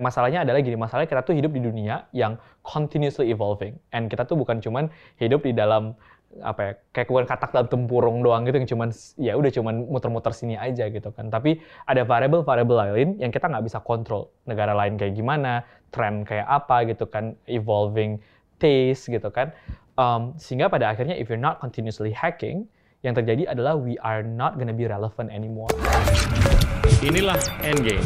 masalahnya adalah gini, masalahnya kita tuh hidup di dunia yang continuously evolving, and kita tuh bukan cuman hidup di dalam kayak bukan katak dalam tempurung doang gitu yang cuman ya udah cuman muter-muter sini aja gitu kan. Tapi ada variabel-variabel lain yang kita nggak bisa kontrol. Negara lain kayak gimana, tren kayak apa gitu kan, evolving taste gitu kan. Sehingga pada akhirnya if you're not continuously hacking, yang terjadi adalah we are not gonna be relevant anymore. Inilah Endgame.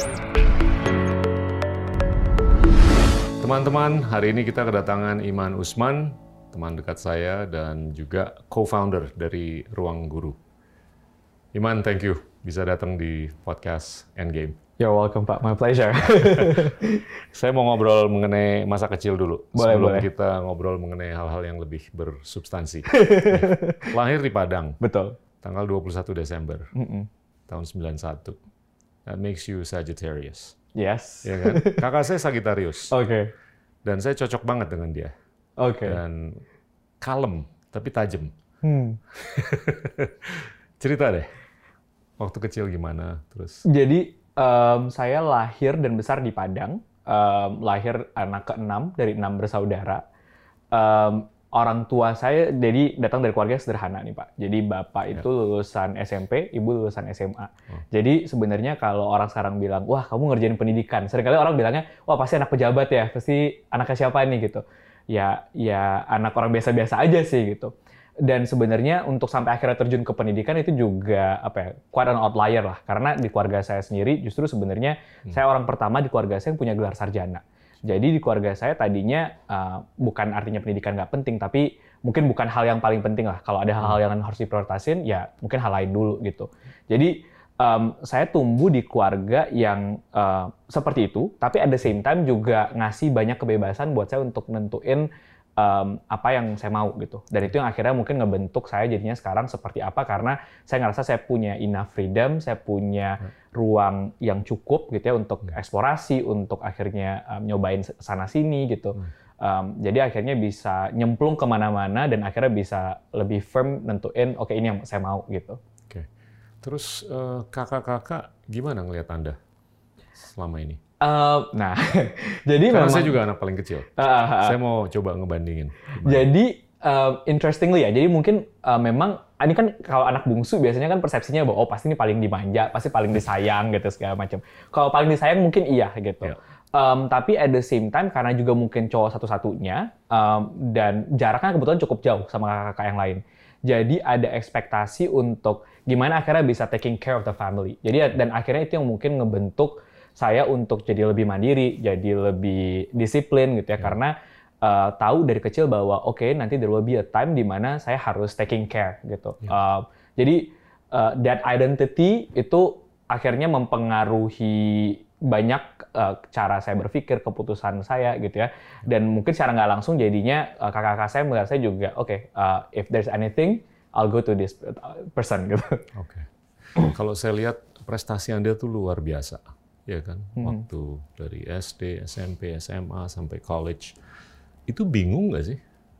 Teman-teman, hari ini kita kedatangan Iman Usman, teman dekat saya dan juga co-founder dari Ruang Guru. Iman, thank you bisa datang di podcast Endgame. You're welcome, Pak. My pleasure. Saya mau ngobrol mengenai masa kecil dulu. Boleh. Kita ngobrol mengenai hal-hal yang lebih bersubstansi. Lahir di Padang. Betul. Tanggal 21 Desember tahun 91. That makes you Sagittarius. Yes. Ya kan? Kakak saya Sagittarius. Oke. Dan saya cocok banget dengan dia. Oke. Dan kalem, tapi tajam. Cerita deh, waktu kecil gimana? Terus? Jadi, saya lahir dan besar di Padang. Lahir anak ke-6 dari 6 bersaudara. Orang tua saya jadi datang dari keluarga sederhana nih, Pak. Jadi bapak itu lulusan SMP, ibu lulusan SMA. Jadi sebenarnya kalau orang sekarang bilang, wah kamu ngerjain pendidikan, seringkali orang bilangnya, wah pasti anak pejabat ya, pasti anaknya siapa nih gitu. Ya anak orang biasa-biasa aja sih gitu. Dan sebenarnya untuk sampai akhirnya terjun ke pendidikan itu juga quite an outlier lah. Karena di keluarga saya sendiri justru sebenarnya saya orang pertama di keluarga saya yang punya gelar sarjana. Jadi di keluarga saya tadinya bukan artinya pendidikan nggak penting, tapi mungkin bukan hal yang paling penting lah. Kalau ada hal-hal yang harus diprioritasin, ya mungkin hal lain dulu gitu. Jadi saya tumbuh di keluarga yang seperti itu, tapi at the same time juga ngasih banyak kebebasan buat saya untuk nentuin apa yang saya mau gitu. Dan itu yang akhirnya mungkin ngebentuk saya jadinya sekarang seperti apa, karena saya ngerasa saya punya enough freedom, saya punya ruang yang cukup gitu ya untuk eksplorasi, untuk akhirnya nyobain sana-sini gitu. Jadi akhirnya bisa nyemplung kemana-mana dan akhirnya bisa lebih firm nentuin, oke, ini yang saya mau gitu. Oke. Terus kakak-kakak gimana ngelihat Anda selama ini? Nah, jadi karena memang saya juga anak paling kecil. Saya mau coba ngebandingin. Gimana? Jadi interestingly ya, jadi mungkin memang ini kan kalau anak bungsu biasanya kan persepsinya bahwa oh pasti ini paling dimanja, pasti paling disayang gitu segala macam. Kalau paling disayang mungkin iya gitu. Tapi at the same time karena juga mungkin cowok satu-satunya dan jaraknya kebetulan cukup jauh sama kakak-kakak yang lain. Jadi ada ekspektasi untuk gimana akhirnya bisa taking care of the family. Jadi dan akhirnya itu yang mungkin ngebentuk saya untuk jadi lebih mandiri, jadi lebih disiplin gitu ya, karena tahu dari kecil bahwa oke, nanti there will be a time di mana saya harus taking care gitu. Jadi that identity itu akhirnya mempengaruhi banyak cara saya berpikir, keputusan saya gitu ya, dan mungkin secara nggak langsung jadinya kakak-kakak saya melihat saya juga if there's anything, I'll go to this person gitu. Oke. Kalau saya lihat prestasi Anda tuh luar biasa. Ya kan, waktu dari SD, SMP, SMA, sampai college. Itu bingung nggak sih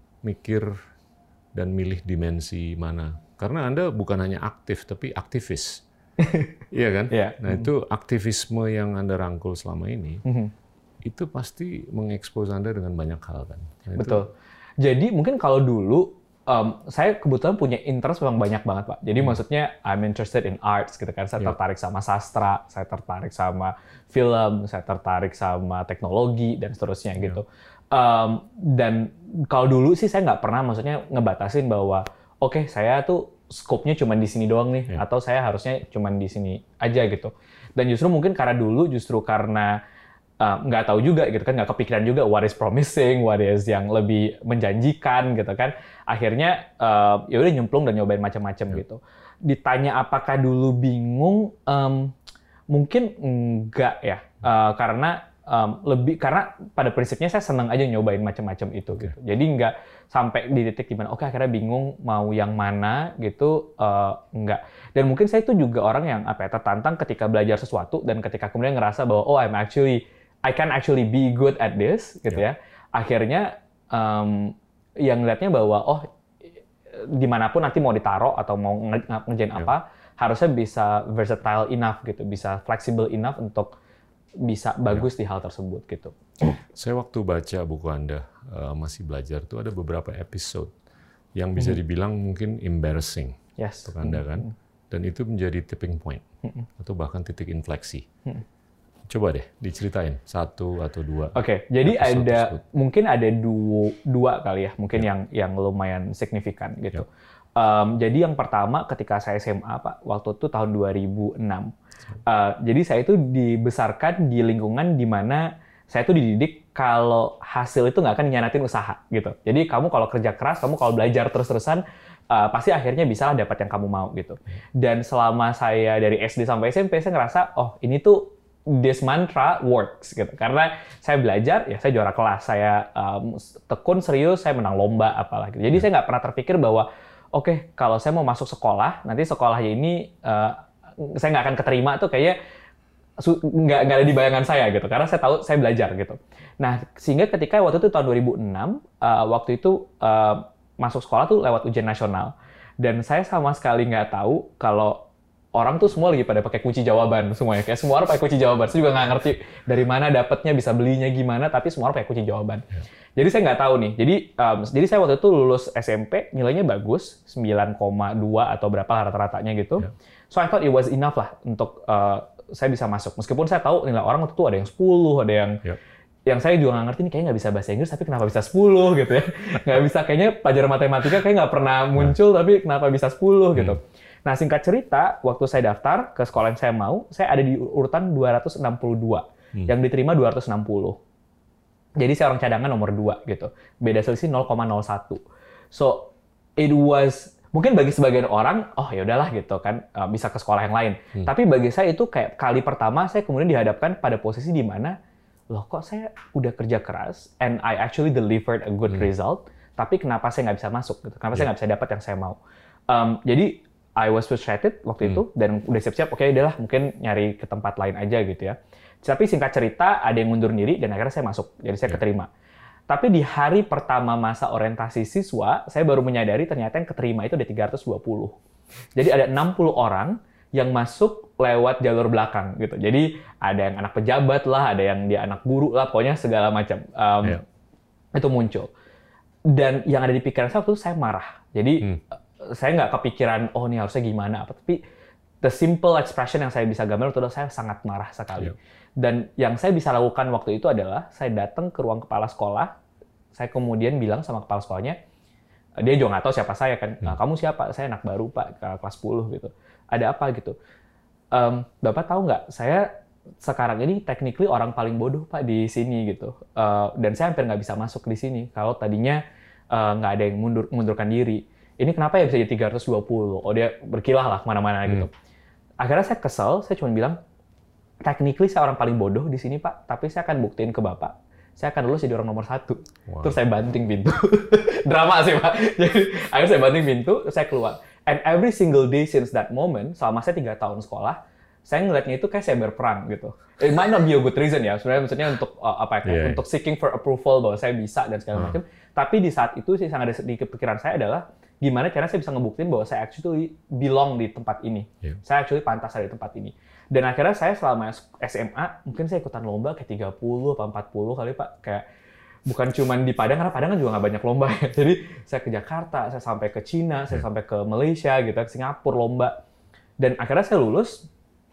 mikir dan milih dimensi mana? Karena Anda bukan hanya aktif, tapi aktivis. Iya kan? Nah itu aktivisme yang Anda rangkul selama ini, itu pasti mengekspos Anda dengan banyak hal kan? Nah, betul. Jadi mungkin kalau dulu, saya kebetulan punya interest memang banyak banget, Pak. Jadi maksudnya I'm interested in arts gitu kan. Saya tertarik sama sastra, saya tertarik sama film, saya tertarik sama teknologi dan seterusnya gitu. Dan kalau dulu sih saya nggak pernah maksudnya ngebatasin bahwa oke, saya tuh scope-nya cuma di sini doang nih, atau saya harusnya cuma di sini aja gitu. Dan justru mungkin karena dulu karena nggak tahu juga gitu kan, nggak kepikiran juga what is promising, what is yang lebih menjanjikan gitu kan. Akhirnya ya udah nyemplung dan nyobain macam-macam gitu. Ditanya apakah dulu bingung, mungkin enggak ya, karena karena pada prinsipnya saya senang aja nyobain macam-macam itu gitu. Jadi nggak sampai di titik dimana oke akhirnya bingung mau yang mana gitu, enggak. Dan mungkin saya itu juga orang yang tertantang ketika belajar sesuatu dan ketika kemudian ngerasa bahwa oh I can actually be good at this gitu ya. Akhirnya yang ngeliatnya bahwa oh dimanapun nanti mau ditaruh atau mau ngerjain apa harusnya bisa versatile enough gitu, bisa flexible enough untuk bisa bagus di hal tersebut gitu. Saya waktu baca buku Anda masih belajar tuh ada beberapa episode yang bisa dibilang mungkin embarrassing untuk Anda kan, dan itu menjadi tipping point atau bahkan titik infleksi. Coba deh diceritain satu atau dua. Oke, jadi mungkin ada dua kali ya, mungkin yang lumayan signifikan gitu. Jadi yang pertama ketika saya SMA Pak, waktu itu tahun 2006. Jadi saya itu dibesarkan di lingkungan di mana saya tuh dididik kalau hasil itu nggak akan nyianatin usaha gitu. Jadi kamu kalau kerja keras, kamu kalau belajar terus-terusan, pasti akhirnya bisa dapat yang kamu mau gitu. Dan selama saya dari SD sampai SMP, saya ngerasa, oh ini tuh this mantra works gitu. Karena saya belajar, ya saya juara kelas, saya tekun serius, saya menang lomba apalah gitu. Jadi saya nggak pernah terpikir bahwa, oke, kalau saya mau masuk sekolah, nanti sekolahnya ini saya nggak akan keterima tuh kayaknya nggak ada di bayangan saya gitu, karena saya tahu saya belajar gitu. Nah, sehingga ketika waktu itu tahun 2006, waktu itu masuk sekolah tuh lewat ujian nasional, dan saya sama sekali nggak tahu kalau orang tuh semua lagi pada pakai kunci jawaban semuanya, kayak semua orang pakai kunci jawaban. Saya juga nggak ngerti dari mana dapatnya, bisa belinya gimana, tapi semua orang pakai kunci jawaban. Jadi saya nggak tahu nih. Jadi saya waktu itu lulus SMP, nilainya bagus, 9,2 atau berapa rata-ratanya gitu. So I thought it was enough lah untuk saya bisa masuk. Meskipun saya tahu nilai orang waktu itu ada yang 10, ada yang saya juga nggak ngerti nih, kayaknya nggak bisa bahasa Inggris, tapi kenapa bisa 10 gitu ya. Nggak bisa, kayaknya pelajaran matematika kayak nggak pernah muncul, tapi kenapa bisa 10 gitu. Nah, singkat cerita, waktu saya daftar ke sekolah yang saya mau, saya ada di urutan 262, yang diterima 260. Jadi saya orang cadangan nomor 2 gitu. Beda selisih 0,01. So, it was mungkin bagi sebagian orang, oh ya udahlah gitu kan, bisa ke sekolah yang lain. Tapi bagi saya itu kayak kali pertama saya kemudian dihadapkan pada posisi di mana, loh kok saya udah kerja keras, and I actually delivered a good result, tapi kenapa saya nggak bisa masuk gitu? Kenapa saya nggak bisa dapat yang saya mau? Jadi I was frustrated waktu itu, dan udah siap-siap, oke udahlah mungkin nyari ke tempat lain aja gitu ya. Tapi singkat cerita, ada yang mundur diri, dan akhirnya saya masuk, jadi saya keterima. Tapi di hari pertama masa orientasi siswa, saya baru menyadari ternyata yang keterima itu ada 320. Jadi ada 60 orang yang masuk lewat jalur belakang gitu. Jadi ada yang anak pejabat lah, ada yang dia anak guru lah, pokoknya segala macam. Itu muncul. Dan yang ada di pikiran saya waktu itu saya marah. Jadi saya nggak kepikiran, oh ini harusnya gimana apa. Tapi the simple expression yang saya bisa gambar itu adalah saya sangat marah sekali. Dan yang saya bisa lakukan waktu itu adalah saya datang ke ruang kepala sekolah. Saya kemudian bilang sama kepala sekolahnya, dia juga nggak tahu siapa saya kan. Kamu siapa? Saya anak baru Pak, kelas 10 gitu. Ada apa gitu? Bapak tahu nggak? Saya sekarang ini technically orang paling bodoh Pak di sini gitu. Dan saya hampir nggak bisa masuk di sini. Kalau tadinya nggak ada yang mundurkan diri. Ini kenapa ya bisa jadi 320? Oh dia berkilah lah kemana-mana gitu. Akhirnya saya kesel, saya cuma bilang, technically saya orang paling bodoh di sini Pak, tapi saya akan buktiin ke Bapak. Saya akan lulus jadi orang nomor 1. Terus saya banting pintu. Drama sih Pak. Jadi akhirnya saya banting pintu, saya keluar. And every single day since that moment, selama saya 3 tahun sekolah, saya ngeliatnya itu kayak saya berperang gitu. It might not be a good reason ya, sebenarnya maksudnya untuk untuk seeking for approval bahwa saya bisa dan segala macam. Tapi di saat itu sih sangat ada di pikiran saya adalah gimana cara saya bisa ngebuktiin bahwa saya actually belong di tempat ini. Saya actually pantas ada di tempat ini. Dan akhirnya saya selama SMA, mungkin saya ikutan lomba kayak 30 atau 40 kali Pak. Kayak bukan cuma di Padang, karena Padang kan juga nggak banyak lomba ya. Jadi saya ke Jakarta, saya sampai ke Cina, saya sampai ke Malaysia, gitu, ke Singapura lomba. Dan akhirnya saya lulus.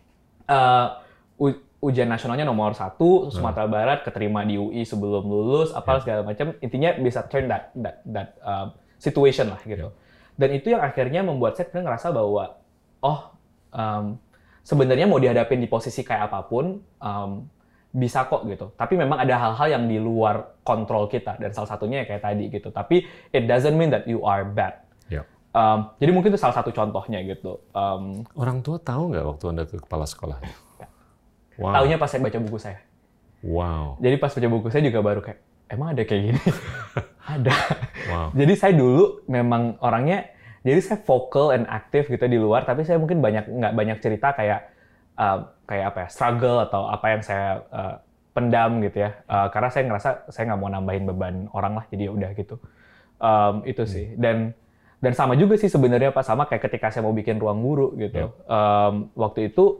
Ujian nasionalnya nomor 1, Sumatera Barat, keterima di UI sebelum lulus, apa segala macam. Intinya bisa turn that situation lah gitu. Dan itu yang akhirnya membuat saya ngerasa bahwa, sebenarnya mau dihadapin di posisi kayak apapun, bisa kok gitu. Tapi memang ada hal-hal yang di luar kontrol kita, dan salah satunya kayak tadi gitu. Tapi it doesn't mean that you are bad. Jadi mungkin itu salah satu contohnya gitu. Orang tua tahu nggak waktu Anda ke kepala sekolah? Wow. Taunya pas saya baca buku saya. Wow. Jadi pas baca buku saya juga baru kayak, emang ada kayak gini? Ada. Wow. Jadi saya dulu memang orangnya, jadi saya vocal and aktif gitu di luar, tapi saya mungkin nggak banyak cerita kayak apa ya, struggle atau apa yang saya pendam gitu ya. Karena saya ngerasa saya nggak mau nambahin beban orang lah, jadi ya udah gitu. Itu sih. Dan sama juga sih sebenarnya Pak, sama kayak ketika saya mau bikin ruang guru gitu. Waktu itu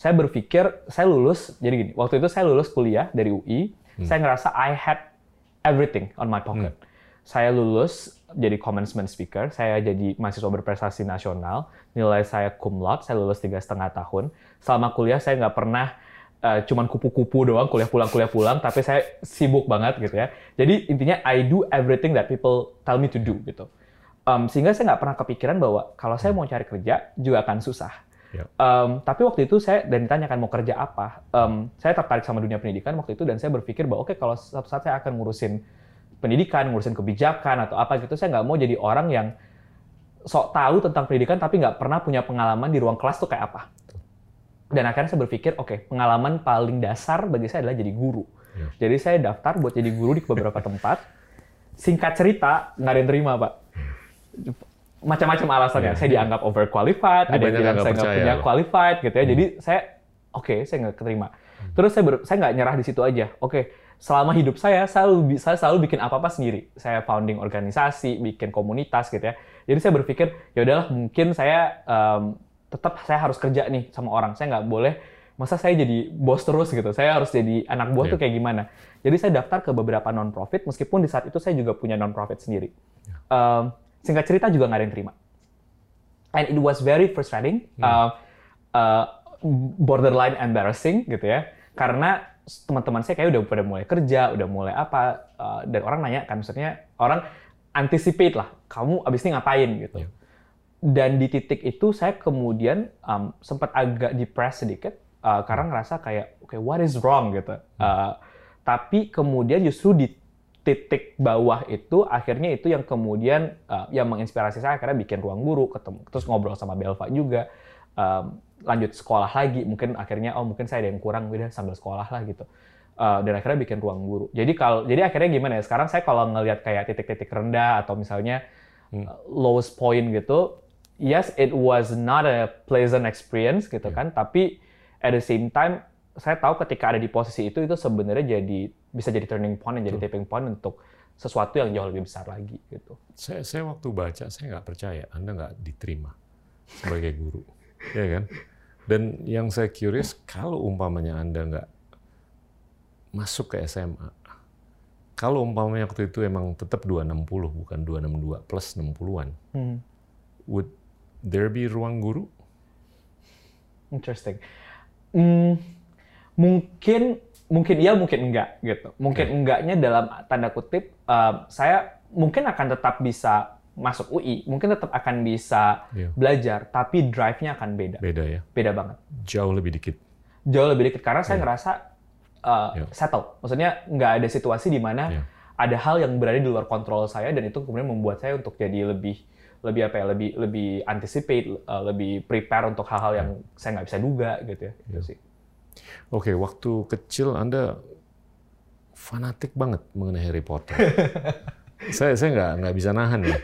saya berpikir saya lulus, jadi gini, waktu itu saya lulus kuliah dari UI, saya ngerasa I had everything on my pocket. Saya lulus jadi commencement speaker, saya jadi mahasiswa berprestasi nasional, nilai saya cum laude, saya lulus 3,5 tahun. Selama kuliah saya nggak pernah cuman kupu-kupu doang, kuliah pulang, tapi saya sibuk banget gitu ya. Jadi intinya I do everything that people tell me to do gitu. Sehingga saya nggak pernah kepikiran bahwa kalau saya mau cari kerja juga akan susah. Tapi waktu itu saya dan ditanyakan mau kerja apa, saya tertarik sama dunia pendidikan waktu itu dan saya berpikir bahwa oke, kalau suatu saat saya akan ngurusin pendidikan, ngurusin kebijakan atau apa gitu, saya nggak mau jadi orang yang sok tahu tentang pendidikan tapi nggak pernah punya pengalaman di ruang kelas tuh kayak apa. Dan akhirnya saya berpikir, oke, pengalaman paling dasar bagi saya adalah jadi guru. Jadi saya daftar buat jadi guru di beberapa tempat. Singkat cerita, nggak ada yang terima, Pak. Macam-macam alasannya. Saya dianggap overqualified, ada yang bilang saya nggak punya qualified gitu ya. Jadi saya nggak keterima. Terus saya nggak nyerah di situ aja. Selama hidup saya selalu bikin apa-apa sendiri. Saya founding organisasi, bikin komunitas gitu ya. Jadi saya berpikir, ya udahlah mungkin saya tetap saya harus kerja nih sama orang. Saya nggak boleh, masa saya jadi bos terus gitu. Saya harus jadi anak buah tuh kayak gimana. Jadi saya daftar ke beberapa non-profit, meskipun di saat itu saya juga punya non-profit sendiri. Singkat cerita juga nggak ada yang terima. And it was very frustrating, borderline embarrassing gitu ya. Karena teman-teman saya kayak udah pada mulai kerja, udah mulai apa, dan orang nanya kan, maksudnya orang anticipate lah, kamu abis ini ngapain gitu. Dan di titik itu saya kemudian sempat agak depressed sedikit, karena ngerasa kayak, okay, what is wrong gitu. Tapi kemudian justru di titik bawah itu, akhirnya itu yang kemudian yang menginspirasi saya akhirnya bikin Ruang Guru, ketemu, terus ngobrol sama Belva juga, lanjut sekolah lagi, mungkin akhirnya mungkin saya ada yang kurang, udah sambil sekolah lah gitu. Dan akhirnya bikin Ruang Guru. Jadi akhirnya gimana ya? Sekarang saya kalau ngelihat kayak titik-titik rendah atau misalnya lowest point gitu, yes, it was not a pleasant experience gitu kan, tapi at the same time saya tahu ketika ada di posisi itu sebenarnya bisa jadi turning point, jadi tipping point untuk sesuatu yang jauh lebih besar lagi gitu. Saya waktu baca saya nggak percaya Anda nggak diterima sebagai guru, ya kan? Dan yang saya curious, kalau umpamanya Anda nggak masuk ke SMA, kalau umpamanya waktu itu emang tetap 260 bukan 262 plus 60-an, would there be Ruang Guru? Interesting. Mungkin iya, mungkin enggak gitu. Mungkin enggaknya dalam tanda kutip, saya mungkin akan tetap bisa masuk UI, mungkin tetap akan bisa belajar, tapi drive-nya akan beda. Beda ya? Beda banget. Jauh lebih dikit. Jauh lebih dikit, karena saya ngerasa settle. Maksudnya nggak ada situasi di mana ada hal yang berada di luar kontrol saya, dan itu kemudian membuat saya untuk jadi lebih anticipate, lebih prepare untuk hal-hal yang saya nggak bisa duga gitu ya. Gitu sih. Oke, waktu kecil Anda fanatik banget mengenai Harry Potter. saya nggak bisa nahan ya.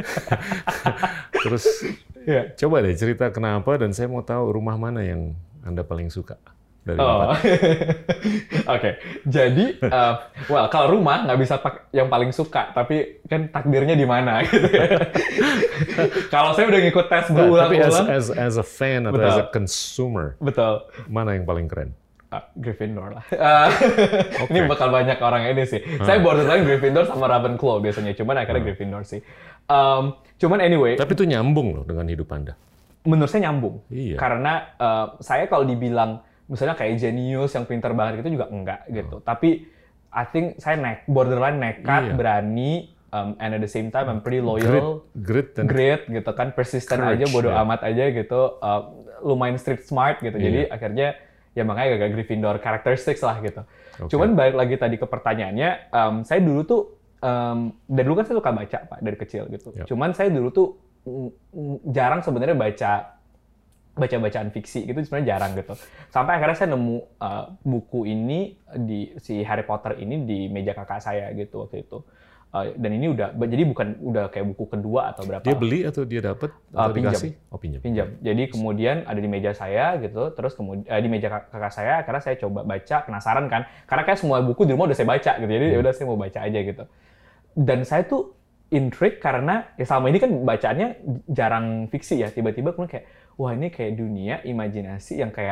Terus coba deh cerita kenapa, dan saya mau tahu rumah mana yang Anda paling suka dari empat. Oke. Jadi, kalau rumah nggak bisa yang paling suka, tapi kan takdirnya di mana gitu ya. Kalau saya udah ngikut tes berulang-ulang. Tapi as a fan atau as a consumer, mana yang paling keren? Gryffindor lah. Ini bakal banyak orang ini sih. Saya borderline Gryffindor sama Ravenclaw biasanya, cuman akhirnya Gryffindor sih. Cuman anyway. Tapi itu nyambung loh dengan hidup Anda. Menurut saya nyambung. Iya. Karena saya kalau dibilang misalnya kayak jenius yang pintar banget gitu juga enggak gitu. Tapi I think saya borderline nekat, berani, and at the same time I'm pretty loyal, grit gitu kan, persistent aja, bodo amat aja gitu, lumayan street smart gitu. Jadi akhirnya ya makanya agak Gryffindor characteristics lah gitu. Cuman balik lagi tadi ke pertanyaannya, saya dulu tuh dari dulu kan saya suka baca Pak dari kecil gitu. Cuman saya dulu tuh jarang sebenarnya bacaan fiksi gitu, sebenarnya jarang gitu. Sampai akhirnya saya nemu buku ini si Harry Potter ini di meja kakak saya gitu waktu itu. Dan ini jadi udah kayak buku kedua atau berapa. Dia beli atau dia dapat atau dikasih? Pinjam. Jadi kemudian ada di meja saya gitu, terus kemudian di meja kakak saya, akhirnya saya coba baca, penasaran kan. Karena kayak semua buku di rumah udah saya baca gitu. Jadi ya udah saya mau baca aja gitu. Dan saya tuh intrigue karena ya selama ini kan bacaannya jarang fiksi ya. Tiba-tiba kemudian kayak, wah ini kayak dunia imajinasi yang kayak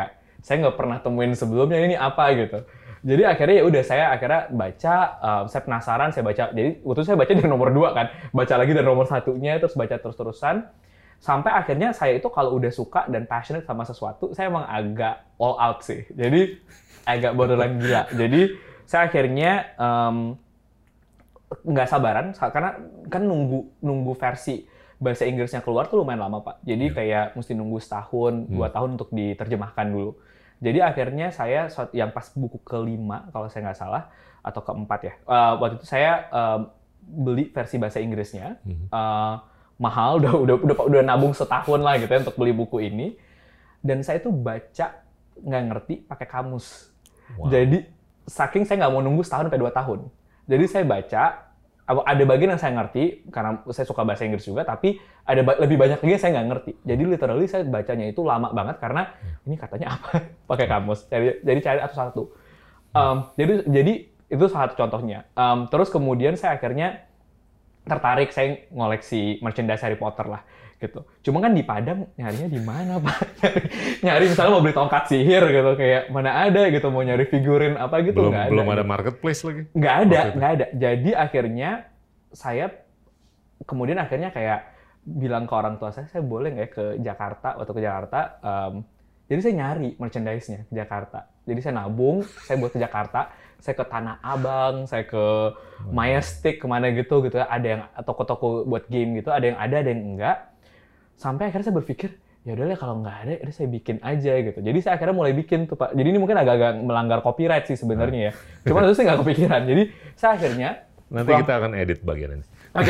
saya nggak pernah temuin sebelumnya, ini apa gitu. Jadi akhirnya ya udah saya akhirnya baca, saya penasaran, saya baca. Jadi waktu itu saya baca dari nomor 2 kan, baca lagi dari nomor 1-nya, terus baca terus-terusan. Sampai akhirnya saya itu kalau udah suka dan passionate sama sesuatu, saya emang agak all out sih. Jadi agak borderline gila. Jadi saya akhirnya nggak sabaran, karena kan nunggu versi bahasa Inggrisnya keluar tuh lumayan lama, Pak. Jadi kayak mesti nunggu setahun, 2 tahun untuk diterjemahkan dulu. Jadi akhirnya saya yang pas buku ke-5 kalau saya nggak salah, atau ke-4 ya. Waktu itu saya beli versi bahasa Inggrisnya. Mahal, udah nabung setahun lah gitu ya untuk beli buku ini. Dan saya tuh baca nggak ngerti pakai kamus. Wow. Jadi saking saya nggak mau nunggu setahun sampai 2 tahun. Jadi saya baca, ada bagian yang saya ngerti karena saya suka bahasa Inggris juga, tapi ada lebih banyak lagi yang saya nggak ngerti. Jadi literally saya bacanya itu lama banget karena ini katanya apa pakai kamus. Jadi cari satu-satu. Jadi itu salah satu contohnya. Terus kemudian saya akhirnya tertarik, saya ngoleksi merchandise Harry Potter lah gitu. Cuma kan di Padang nyarinya di mana, Pak? Nyari misalnya mau beli tongkat sihir gitu, kayak mana ada gitu, mau nyari figurin apa gitu, nggak ada. Belum ada gitu. marketplace lagi? Nggak ada. Jadi akhirnya saya kemudian kayak bilang ke orang tua saya boleh nggak ya ke Jakarta, waktu ke Jakarta. Jadi saya nyari merchandise-nya ke Jakarta. Jadi saya nabung, saya buat ke Jakarta, saya ke Tanah Abang, saya ke Majestic, kemana gitu ya. Ada yang toko-toko buat game gitu, ada yang enggak. Sampai akhirnya saya berpikir, ya udahlah kalau nggak ada, saya bikin aja gitu. Jadi saya akhirnya mulai bikin tuh, Pak. Jadi ini mungkin agak-agak melanggar copyright sih sebenarnya ya. Cuma itu saya nggak kepikiran. Jadi saya akhirnya nanti kita akan edit bagian ini. Oke.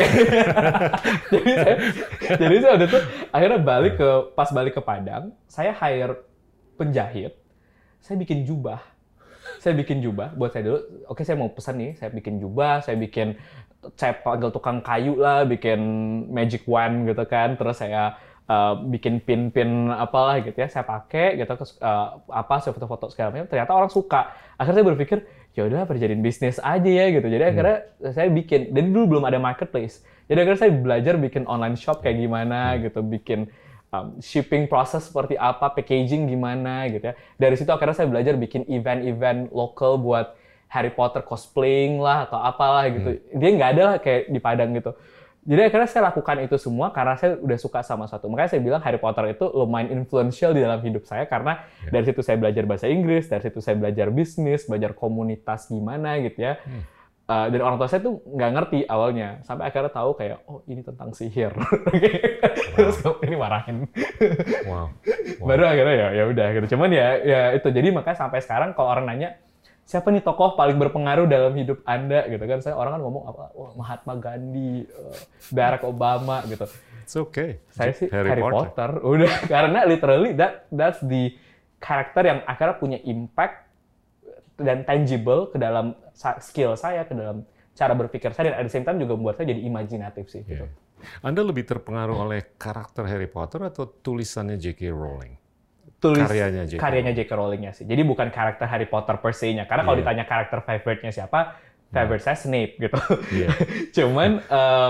jadi saya waktu itu akhirnya pas balik ke Padang, saya hire penjahit. Saya bikin jubah buat saya dulu. Oke, saya mau pesan nih, saya bikin jubah, saya panggil tukang kayu lah, bikin magic wand gitu kan, terus saya bikin pin apalah gitu ya, saya pakai gitu, terus saya foto-foto segala macam. Ternyata orang suka. Akhirnya saya berpikir, ya udah jadiin bisnis aja ya gitu. Jadi akhirnya saya bikin. Jadi dulu belum ada marketplace. Jadi akhirnya saya belajar bikin online shop kayak gimana gitu, bikin shipping proses seperti apa, packaging gimana gitu ya. Dari situ akhirnya saya belajar bikin event-event lokal buat Harry Potter cosplaying lah atau apalah gitu. Dia nggak ada lah kayak di Padang gitu. Jadi akhirnya saya lakukan itu semua karena saya udah suka sama satu. Makanya saya bilang Harry Potter itu lumayan influential di dalam hidup saya karena dari situ saya belajar bahasa Inggris, dari situ saya belajar bisnis, belajar komunitas gimana gitu ya. Dan orang tua saya tuh nggak ngerti awalnya, sampai akhirnya tahu kayak, oh ini tentang sihir. Terus ini marahin. Wow. Baru akhirnya ya udah gitu. Cuman ya itu, jadi makanya sampai sekarang kalau orang nanya, siapa nih tokoh paling berpengaruh dalam hidup Anda gitu kan? Orang kan ngomong apa? Oh, Mahatma Gandhi, Barack Obama gitu. It's okay. Saya sih Harry Potter. Udah, karena literally that's the karakter yang akhirnya punya impact dan tangible ke dalam skill saya, ke dalam cara berpikir saya, dan at the same time juga membuat saya jadi imajinatif sih. Gitu. Anda lebih terpengaruh oleh karakter Harry Potter atau tulisannya J.K. Rowling? Karyanya J.K. Rowling-nya sih. Jadi bukan karakter Harry Potter per se-nya. Karena kalau ditanya karakter favorite-nya siapa, favorite saya Snape gitu. Cuman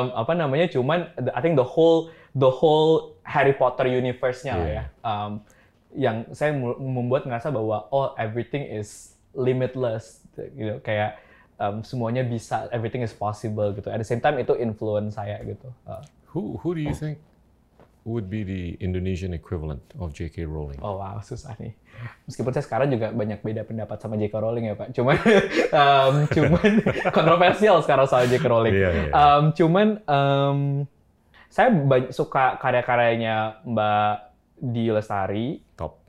I think the whole Harry Potter universe-nya lah ya. Yang saya membuat ngerasa bahwa everything is limitless gitu. Kayak semuanya bisa, everything is possible gitu. At the same time itu influence saya gitu. Who do you think would be the Indonesian equivalent of J.K. Rowling? Oh wow, susah nih. Meskipun saya sekarang juga banyak beda pendapat sama J.K. Rowling ya Pak. Cuman kontroversial sekarang soal J.K. Rowling. Saya suka karya-karyanya Mbak Di Lestari. Top.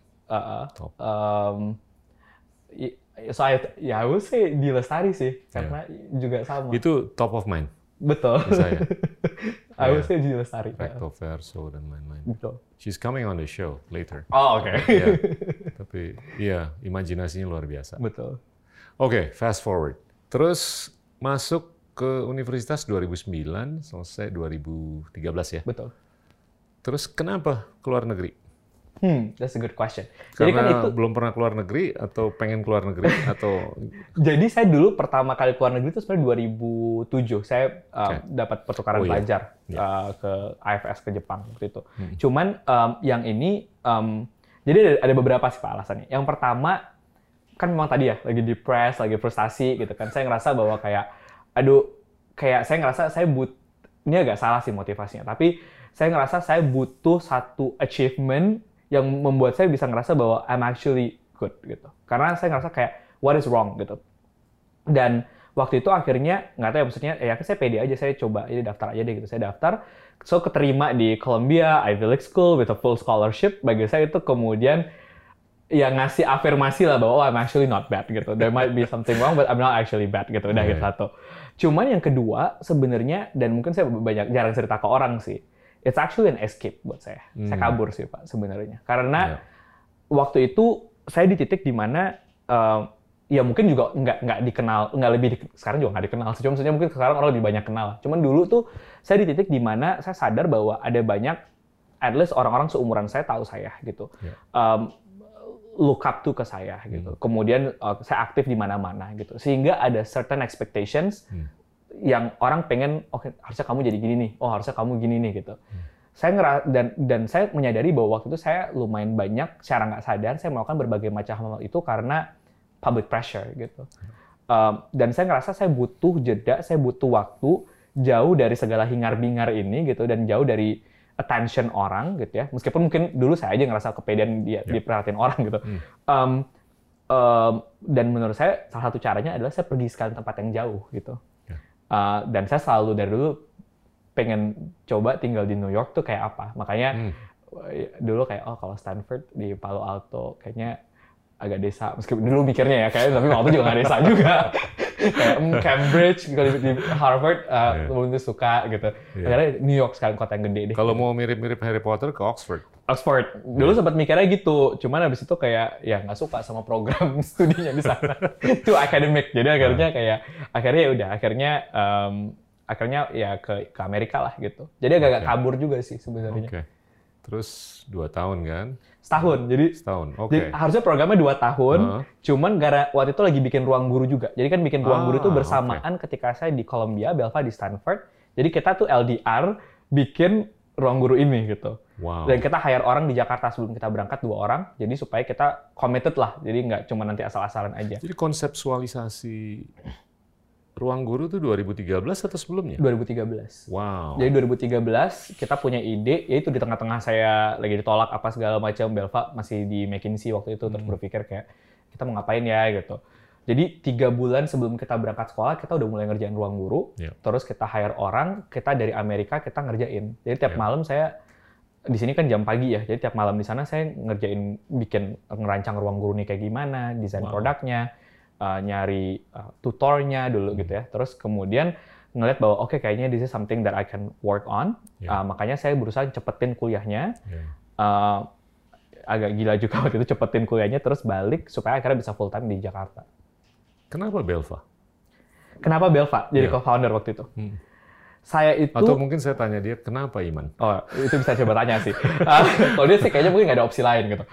I would say Di Lestari sih, karena juga sama. Itu top of mind. Betul. Saya. I would say Di Lestari. Recto verso dan lain-lain. Betul. She's coming on the show later. Oh, oke. Tapi imajinasinya luar biasa. Betul. Oke, fast forward. Terus masuk ke universitas 2009, selesai 2013 ya? Betul. Terus kenapa keluar negeri? That's a good question. Karena jadi kan itu belum pernah keluar negeri atau pengen keluar negeri atau? Jadi saya dulu pertama kali keluar negeri itu sebenarnya 2007. Saya dapat pertukaran pelajar ke IFS ke Jepang waktu itu. Cuman yang ini Jadi ada beberapa sih Pak alasannya. Yang pertama, kan memang tadi ya, lagi depressed, lagi frustasi gitu kan. Saya ngerasa bahwa kayak, saya ngerasa ini agak salah sih motivasinya. Tapi saya ngerasa saya butuh satu achievement yang membuat saya bisa ngerasa bahwa I'm actually good gitu. Karena saya ngerasa kayak, what is wrong gitu. Dan waktu itu akhirnya, nggak tahu ya maksudnya, saya pede aja, saya coba, ini daftar aja deh gitu. Saya daftar, so keterima di Columbia Ivy League School with a full scholarship. Bagi saya itu kemudian ya ngasih afirmasi lah bahwa I'm actually not bad gitu. There might be something wrong, but I'm not actually bad gitu. Udah gitu satu. Cuman yang kedua sebenarnya, dan mungkin saya jarang cerita ke orang sih, it's actually an escape buat saya. Saya kabur sih Pak sebenarnya. Karena waktu itu saya di titik di mana ya mungkin juga nggak dikenal, sekarang juga nggak dikenal. Cuma maksudnya mungkin sekarang orang lebih banyak kenal. Cuman dulu tuh saya di titik di mana saya sadar bahwa ada banyak, at least orang-orang seumuran saya tahu saya gitu, look up to ke saya gitu. Kemudian saya aktif di mana-mana gitu. Sehingga ada certain expectations yang orang pengen, oke, harusnya kamu jadi gini nih, oh harusnya kamu gini nih gitu. Saya dan saya menyadari bahwa waktu itu saya lumayan banyak secara nggak sadar saya melakukan berbagai macam hal itu karena public pressure gitu. Dan saya ngerasa saya butuh jeda, saya butuh waktu jauh dari segala hingar-bingar ini gitu, dan jauh dari attention orang gitu ya. Meskipun mungkin dulu saya aja ngerasa kepedean diperhatiin orang gitu. Dan menurut saya salah satu caranya adalah saya pergi sekali tempat yang jauh gitu. Dan saya selalu dari dulu pengen coba tinggal di New York tuh kayak apa. Makanya dulu kayak, oh kalau Stanford di Palo Alto kayaknya agak desa, meskipun dulu mikirnya ya kayak, tapi waktu itu juga nggak desa juga. Kayak Cambridge, di Harvard, belum tentu suka gitu. Akhirnya New York sekarang kota yang gede deh. Kalau mau mirip-mirip Harry Potter ke Oxford. Oxford. Dulu sempat mikirnya gitu, cuman habis itu kayak ya nggak suka sama program studinya di sana. Itu academic, jadi akhirnya ya udah, akhirnya ya ke Amerika lah gitu. Jadi agak kabur juga sih sebenarnya. Terus 2 tahun kan? Setahun. Jadi harusnya programnya 2 tahun, cuman waktu itu lagi bikin ruang guru juga. Jadi kan bikin ruang guru itu bersamaan ketika saya di Columbia, Belva di Stanford. Jadi kita tuh LDR bikin ruang guru ini gitu. Dan kita hire orang di Jakarta sebelum kita berangkat 2 orang. Jadi supaya kita committed lah. Jadi nggak cuma nanti asal-asalan aja. Jadi konseptualisasi ruang guru itu 2013 atau sebelumnya? 2013. Wow. Jadi 2013 kita punya ide, yaitu di tengah-tengah saya lagi ditolak apa segala macam, Belva masih di McKinsey waktu itu, terus berpikir kayak kita mau ngapain ya gitu. Jadi 3 bulan sebelum kita berangkat sekolah kita udah mulai ngerjain ruang guru, terus kita hire orang, kita dari Amerika kita ngerjain. Jadi tiap malam saya di sini kan jam pagi ya, jadi tiap malam di sana saya ngerancang ruang guru nih kayak gimana, desain produknya. Nyari tutornya dulu gitu ya. Terus kemudian ngeliat bahwa oke, kayaknya this is something that I can work on. Makanya saya berusaha cepetin kuliahnya. Agak gila juga waktu itu cepetin kuliahnya terus balik supaya akhirnya bisa full time di Jakarta. Kenapa Belva? Kenapa Belva jadi co-founder waktu itu? Saya itu... Atau mungkin saya tanya dia, kenapa Iman? Oh, itu bisa coba tanya sih. Kalau dia sih kayaknya mungkin nggak ada opsi lain gitu.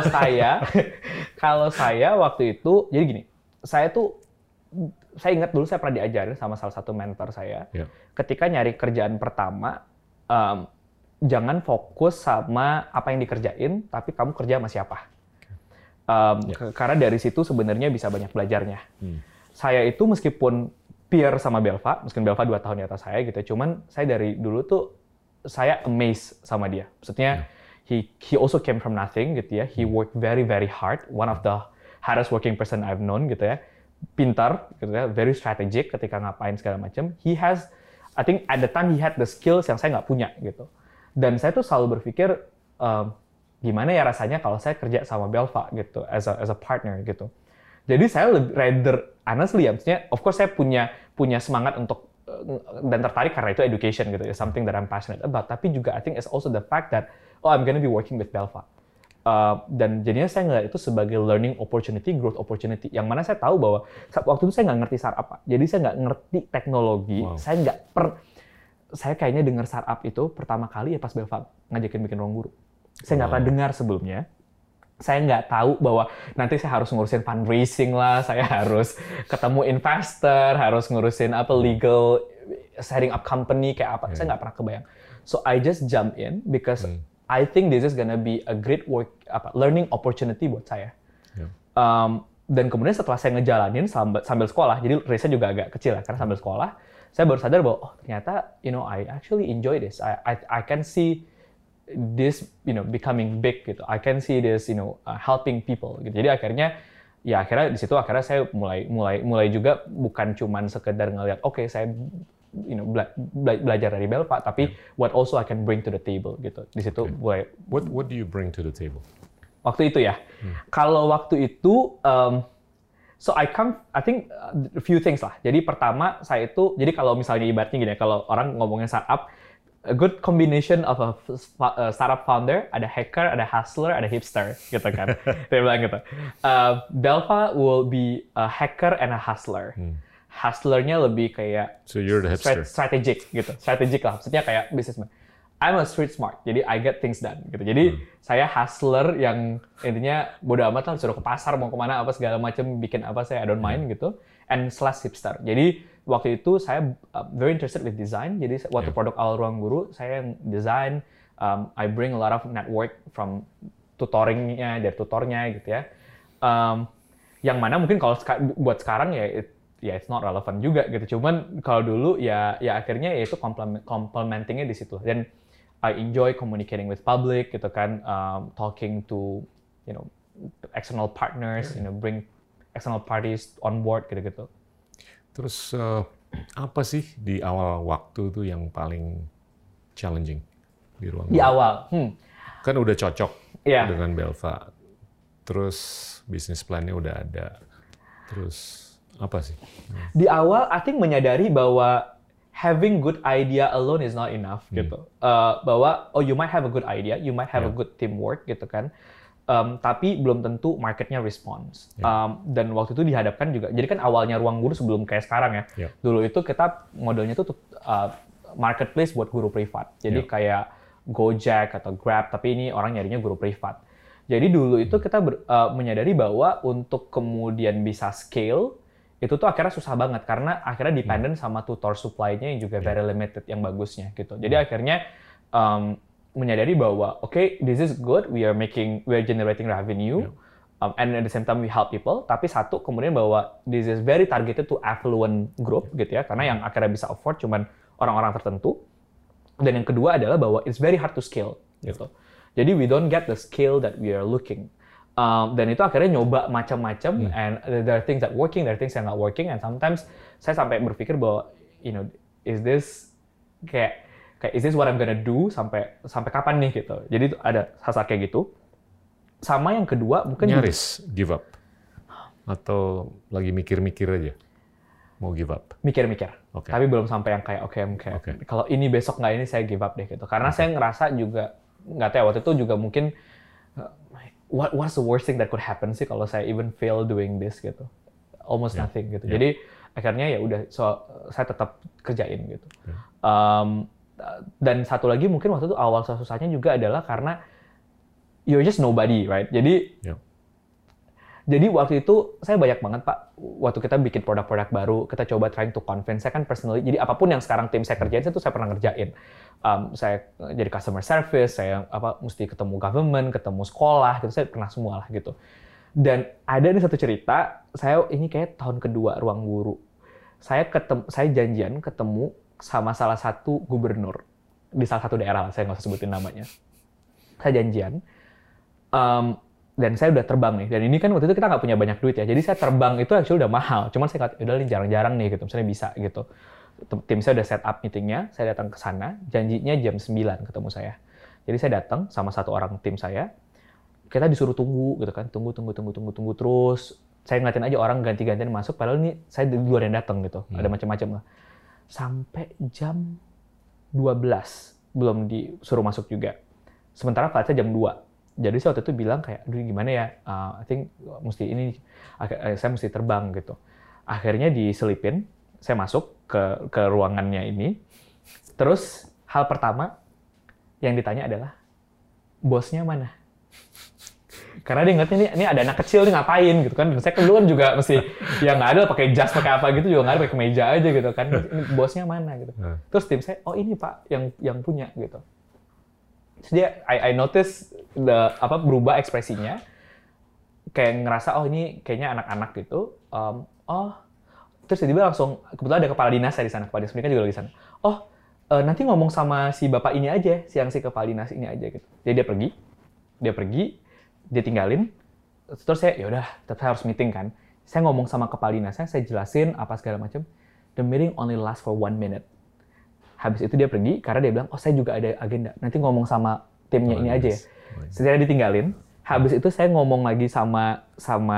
Kalau saya waktu itu, jadi gini, saya ingat dulu saya pernah diajarin sama salah satu mentor saya, ketika nyari kerjaan pertama, jangan fokus sama apa yang dikerjain, tapi kamu kerja sama siapa. Karena dari situ sebenarnya bisa banyak belajarnya. Saya itu meskipun peer sama Belva, meskipun Belva 2 tahun di atas saya gitu, cuman saya dari dulu tuh saya amazed sama dia. Maksudnya he also came from nothing gitu ya. He worked very very hard. One of the hardest working person I've known gitu ya. Pintar gitu ya, very strategic ketika ngapain segala macam. I think at the time he had the skills yang saya nggak punya gitu. Dan saya tuh selalu berpikir gimana ya rasanya kalau saya kerja sama Belva gitu as a partner gitu. Jadi saya honestly ya, maksudnya of course saya punya semangat untuk dan tertarik karena itu education gitu ya, something that I'm passionate about. Tapi juga I think it's also the fact that I'm gonna be working with Belva. Dan jadinya saya ngeliat itu sebagai learning opportunity, growth opportunity. Yang mana saya tahu bahwa waktu itu saya nggak ngerti startup, Pak. Jadi saya nggak ngerti teknologi. Saya kayaknya dengar startup itu pertama kali ya pas Belva ngajakin bikin ruang guru. Saya nggak pernah dengar sebelumnya. Saya nggak tahu bahwa nanti saya harus ngurusin fundraising lah, saya harus ketemu investor, harus ngurusin legal, setting up company kayak apa. Saya nggak pernah kebayang. So I just jump in because I think this is gonna be a great learning opportunity buat saya. Yeah. Dan kemudian setelah saya ngejalanin sambil sekolah, jadi race-nya juga agak kecil ya, karena sambil sekolah, saya baru sadar bahwa oh ternyata I actually enjoy this. I can see this becoming big gitu. I can see this helping people gitu. Jadi akhirnya di situ saya mulai juga bukan cuman sekedar ngelihat saya belajar dari Belva, tapi what also I can bring to the table gitu. Di situ mulai. What do you bring to the table? Waktu itu ya. Kalau waktu itu so I think a few things lah. Jadi pertama jadi kalau misalnya ibaratnya gini ya, kalau orang ngomongin startup, a good combination of a startup founder, ada hacker, ada hustler, ada hipster, gitu kan. Dia bilang gitu. Belva will be a hacker and a hustler. Hustlernya lebih kayak so you're the hipster. Strategic gitu. Strategic lah, maksudnya kayak businessman. I'm a street smart, jadi I get things done gitu. Jadi saya hustler yang intinya bodo amat lah, suruh ke pasar mau kemana apa segala macam, bikin apa saya I don't mind gitu. And slash hipster. Jadi waktu itu saya very interested with design. Jadi waktu produk awal Ruang Guru saya yang design. I bring a lot of network from dari tutornya gitu ya. Yang mana mungkin kalau buat sekarang ya it's not relevant juga gitu. Cuman kalau dulu ya akhirnya ya itu complementingnya di situ. Dan I enjoy communicating with public gitu kan, talking to external partners, bring external parties on board gitu-gitu. Terus apa sih di awal waktu tuh yang paling challenging di Ruang Guru? Di awal, kan udah cocok dengan Belva. Terus bisnis plan-nya udah ada. Terus apa sih? Di awal, I think menyadari bahwa having good idea alone is not enough gitu. Bahwa you might have a good idea, you might have a good teamwork gitu kan. Tapi belum tentu marketnya response. Dan waktu itu dihadapkan juga. Jadi kan awalnya Ruang Guru sebelum kayak sekarang ya. Dulu itu kita modelnya tuh marketplace buat guru privat. Jadi kayak Gojek atau Grab, tapi ini orang nyarinya guru privat. Jadi dulu itu kita menyadari bahwa untuk kemudian bisa scale itu tuh akhirnya susah banget karena akhirnya dependent sama tutor supply-nya yang juga very limited yang bagusnya gitu. Jadi akhirnya menyadari bahwa this is good, we are generating revenue, and at the same time we help people. Tapi satu kemudian bahwa this is very targeted to affluent group gitu ya, karena yang akhirnya bisa afford cuman orang-orang tertentu. Dan yang kedua adalah bahwa it's very hard to scale gitu. Jadi we don't get the scale that we are looking. Dan itu akhirnya nyoba macam-macam, and there are things that working, there are things yang not working, and sometimes saya sampai berpikir bahwa is this is this what I'm gonna do sampai kapan nih gitu. Jadi ada hal kayak gitu. Sama yang kedua mungkin nyaris give up atau lagi mikir-mikir aja mau give up. Mikir-mikir. Tapi belum sampai yang kayak kalau ini besok nggak ini saya give up deh gitu. Karena saya ngerasa juga nggak tahu waktu itu juga mungkin what's the worst thing that could happen sih kalau saya even fail doing this gitu. Almost nothing gitu. Jadi akhirnya ya udah saya tetap kerjain gitu. Dan satu lagi mungkin waktu itu awal susahnya juga adalah karena you're just nobody, right? Jadi waktu itu saya banyak banget Pak, waktu kita bikin produk-produk baru, kita coba trying to convince. Saya kan personally, jadi apapun yang sekarang tim saya kerjain, saya pernah ngerjain. Saya jadi customer service, saya mesti ketemu government, ketemu sekolah, gitu, saya pernah semua lah gitu. Dan ada nih satu cerita, ini kayak tahun kedua Ruang Guru. Saya janjian ketemu sama salah satu gubernur di salah satu daerah, saya nggak usah sebutin namanya. Saya janjian. Dan saya udah terbang nih, dan ini kan waktu itu kita nggak punya banyak duit ya, jadi saya terbang itu actually udah mahal, cuman saya kata, udah jarang-jarang nih gitu, misalnya bisa gitu. Tim saya udah set up meetingnya, saya datang ke sana, janjinya jam 9 ketemu saya. Jadi saya datang sama satu orang tim saya, kita disuruh tunggu gitu kan, tunggu terus, saya ngeliatin aja orang ganti-gantian masuk, padahal ini saya duluan yang datang gitu, ada macam-macam lah. Sampai jam 12, belum disuruh masuk juga. Sementara flight saya jam 2. Jadi saya waktu itu bilang kayak, aduh gimana ya, I think saya mesti terbang gitu. Akhirnya diselipin, saya masuk ke ruangannya ini. Terus hal pertama yang ditanya adalah, bosnya mana? Karena dia ingetnya ini ada anak kecil nih ngapain gitu kan. Dan saya dulu kan juga mesti, ya nggak ada pakai jas, pakai apa gitu, juga nggak ada pakai kemeja aja gitu kan. Ini bosnya mana gitu. Terus tim saya, oh ini Pak yang punya gitu. Terus dia, I notice berubah ekspresinya, kayak ngerasa ini kayaknya anak-anak gitu. Terus dia langsung, kebetulan ada kepala dinas di sana, kepala dinas pendidikan juga lagi di sana. Nanti ngomong sama si bapak ini aja, si kepala dinas ini aja gitu. Jadi dia pergi, dia tinggalin. Terus saya, yaudah, tetap harus meeting kan. Saya ngomong sama kepala dinasnya, saya jelasin apa segala macam. The meeting only last for 1 minute. Habis itu dia pergi, karena dia bilang, saya juga ada agenda. Nanti ngomong sama timnya ini aja ya. Setelah ditinggalin, habis itu saya ngomong lagi sama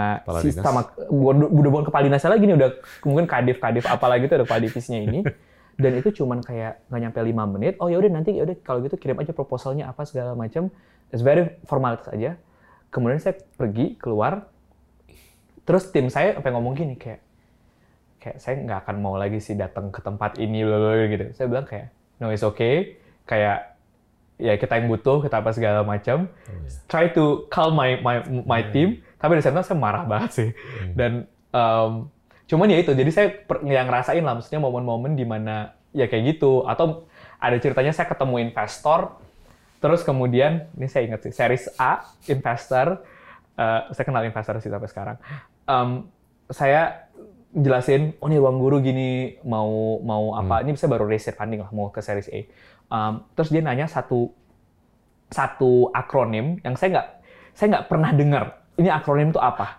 bukan kepala dinasnya lagi nih, udah mungkin kadif apa lagi tuh, ada kepala divisinya ini. Dan itu cuman kayak nggak nyampe 5 menit. Yaudah nanti kalau gitu kirim aja proposalnya apa segala macam. It's very formalitas aja. Kemudian saya pergi keluar. Terus tim saya sampai ngomong gini kayak saya nggak akan mau lagi sih datang ke tempat ini gitu. Saya bilang kayak no, it's okay. Kayak ya kita yang butuh, kita apa segala macam. Try to calm my team. Tapi di sana saya marah banget sih. Dan cuman ya itu. Jadi saya yang ngerasain lah, maksudnya momen-momen di mana ya kayak gitu. Atau ada ceritanya saya ketemu investor. Terus kemudian ini saya ingat sih, series A investor. Saya kenal investor sih sampai sekarang. Saya jelasin, ini ruang guru gini, mau apa, ini saya baru raise funding lah, mau ke series A. Terus dia nanya satu akronim yang saya nggak pernah dengar. Ini akronim itu apa?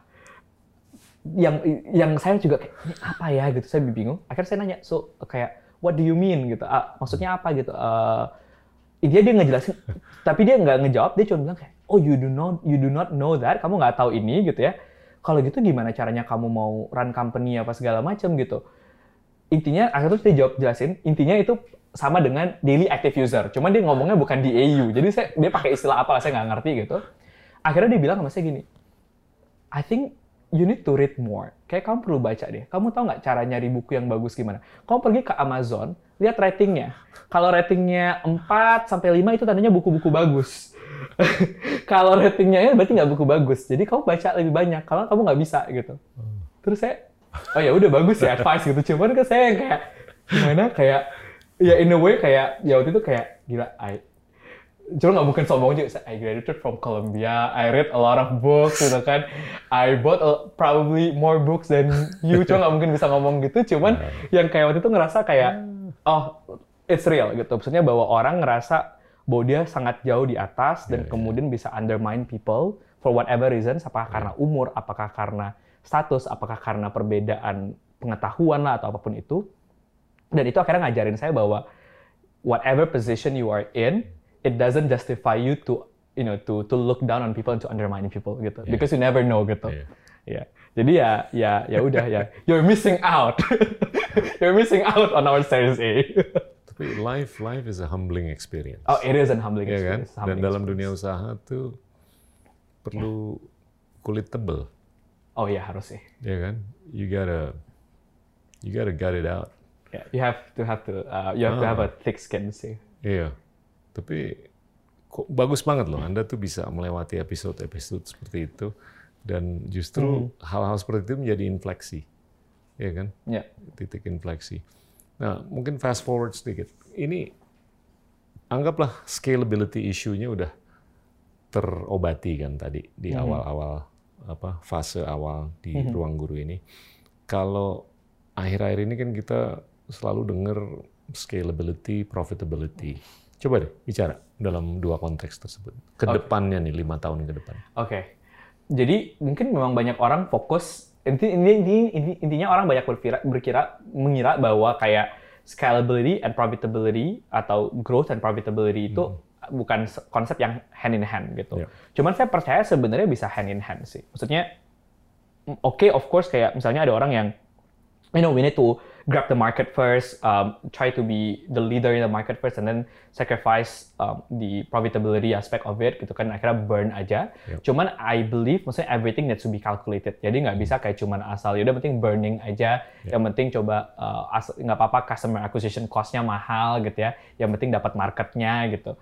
Yang saya juga kayak, ini apa ya gitu, saya bingung. Akhirnya saya nanya, kayak, what do you mean gitu? Maksudnya apa gitu? Dia ngejelasin, tapi dia nggak ngejawab, dia cuma bilang kayak, you do not know that, kamu nggak tahu ini gitu ya. Kalau gitu gimana caranya kamu mau run company apa segala macam gitu. Intinya akhirnya dia jelasin, intinya itu sama dengan daily active user. Cuman dia ngomongnya bukan DAU. Jadi dia pakai istilah apa saya nggak ngerti gitu. Akhirnya dia bilang sama saya gini, I think you need to read more. Kayak kamu perlu baca deh. Kamu tahu nggak cara nyari buku yang bagus gimana? Kamu pergi ke Amazon, lihat ratingnya. Kalau ratingnya 4-5 itu tandanya buku-buku bagus. Kalau ratingnya ya berarti nggak buku bagus. Jadi kamu baca lebih banyak. Kalau kamu nggak bisa gitu. Terus saya, ya udah bagus ya advice gitu. Cuman kan saya kayak gimana kayak ya in a way kayak ya waktu itu kayak gila. Cuma nggak mungkin sombong juga. I graduated from Columbia. I read a lot of books gitu kan. I bought probably more books than you. Cuma nggak mungkin bisa ngomong gitu. Cuman yang kayak waktu itu ngerasa kayak it's real gitu. Maksudnya bahwa orang ngerasa bahwa dia sangat jauh di atas dan kemudian bisa undermine people for whatever reason, apakah karena umur, apakah karena status, apakah karena perbedaan pengetahuan lah atau apapun itu. Dan itu akhirnya ngajarin saya bahwa whatever position you are in, it doesn't justify you to look down on people and to undermine people gitu. Because you never know gitu. Jadi ya udah ya. You're missing out. You're missing out on our series A. Tapi life is a humbling experience. It is a humbling experience. Kan? Dan dalam dunia usaha tuh perlu kulit tebel. Ya harus sih. Ya kan? You gotta gut it out. You have to have a thick skin sih. Iya. Tapi kok bagus banget loh. Anda tuh bisa melewati episode-episode seperti itu dan justru hal-hal seperti itu menjadi infleksi. Ya kan? Titik infleksi. Nah, mungkin fast forward sedikit. Ini anggaplah scalability issue-nya udah terobati kan tadi di awal-awal fase awal di ruang guru ini. Kalau akhir-akhir ini kan kita selalu dengar scalability, profitability. Coba deh bicara dalam dua konteks tersebut. Kedepannya nih 5 tahun ke depan. Oke. Jadi mungkin memang banyak orang fokus intinya orang banyak mengira bahwa kayak scalability and profitability atau growth and profitability itu bukan konsep yang hand in hand gitu. Cuman saya percaya sebenarnya bisa hand in hand sih. Maksudnya of course kayak misalnya ada orang yang we need to grab the market first, try to be the leader in the market first, and then sacrifice the profitability aspect of it, gitu kan, akhirnya burn aja. Cuman I believe, maksudnya everything needs to be calculated. Jadi nggak bisa kayak cuman asal, yaudah penting burning aja, yang penting coba, nggak apa-apa customer acquisition cost-nya mahal gitu ya, yang penting dapat marketnya gitu.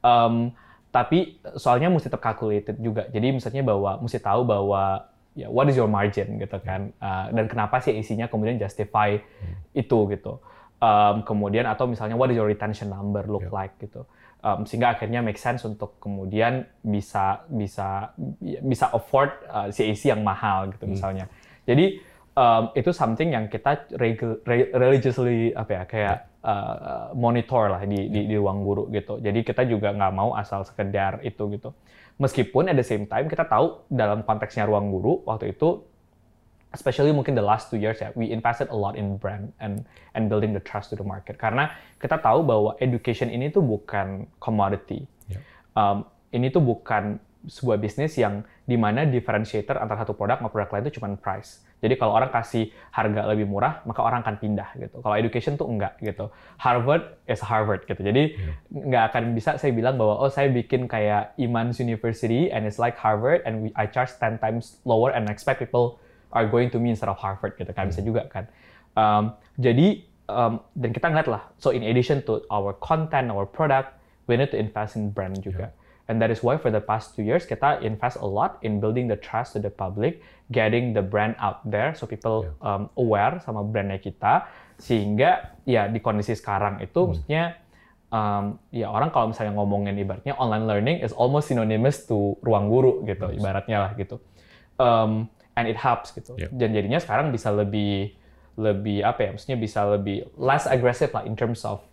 Tapi soalnya mesti tercalculated juga. Jadi misalnya mesti tahu bahwa what is your margin gitu kan, dan kenapa sih isinya kemudian justify itu gitu. Kemudian atau misalnya what is your retention number look like gitu. sehingga akhirnya make sense untuk kemudian bisa afford CAC yang mahal gitu misalnya. Jadi itu something yang kita religiously monitor lah di ruang guru gitu. Jadi kita juga nggak mau asal sekedar itu gitu. Meskipun at the same time kita tahu dalam konteksnya ruang guru waktu itu, especially mungkin the last 2 years ya, we invested a lot in brand and building the trust to the market. Karena kita tahu bahwa education ini tuh bukan commodity. Ini tuh bukan sebuah bisnis yang dimana differentiator antara satu produk sama produk lain itu cuma price. Jadi kalau orang kasih harga lebih murah, maka orang akan pindah gitu. Kalau education tuh enggak gitu. Harvard is Harvard gitu. Jadi nggak akan bisa saya bilang bahwa saya bikin kayak Imans University and it's like Harvard and I charge 10 times lower and expect people are going to me instead of Harvard gitu. Kan bisa juga kan. Jadi dan kita ngeliat lah. So in addition to our content, our product, we need to invest in brand juga. And that is why for the past 2 years kita invest a lot in building the trust to the public, getting the brand out there so people aware sama brandnya kita, sehingga ya di kondisi sekarang itu maksudnya ya orang kalau misalnya ngomongin ibaratnya online learning is almost synonymous to ruang guru gitu ibaratnya lah gitu, and it helps gitu. Dan jadinya sekarang bisa lebih maksudnya bisa lebih less aggressive lah in terms of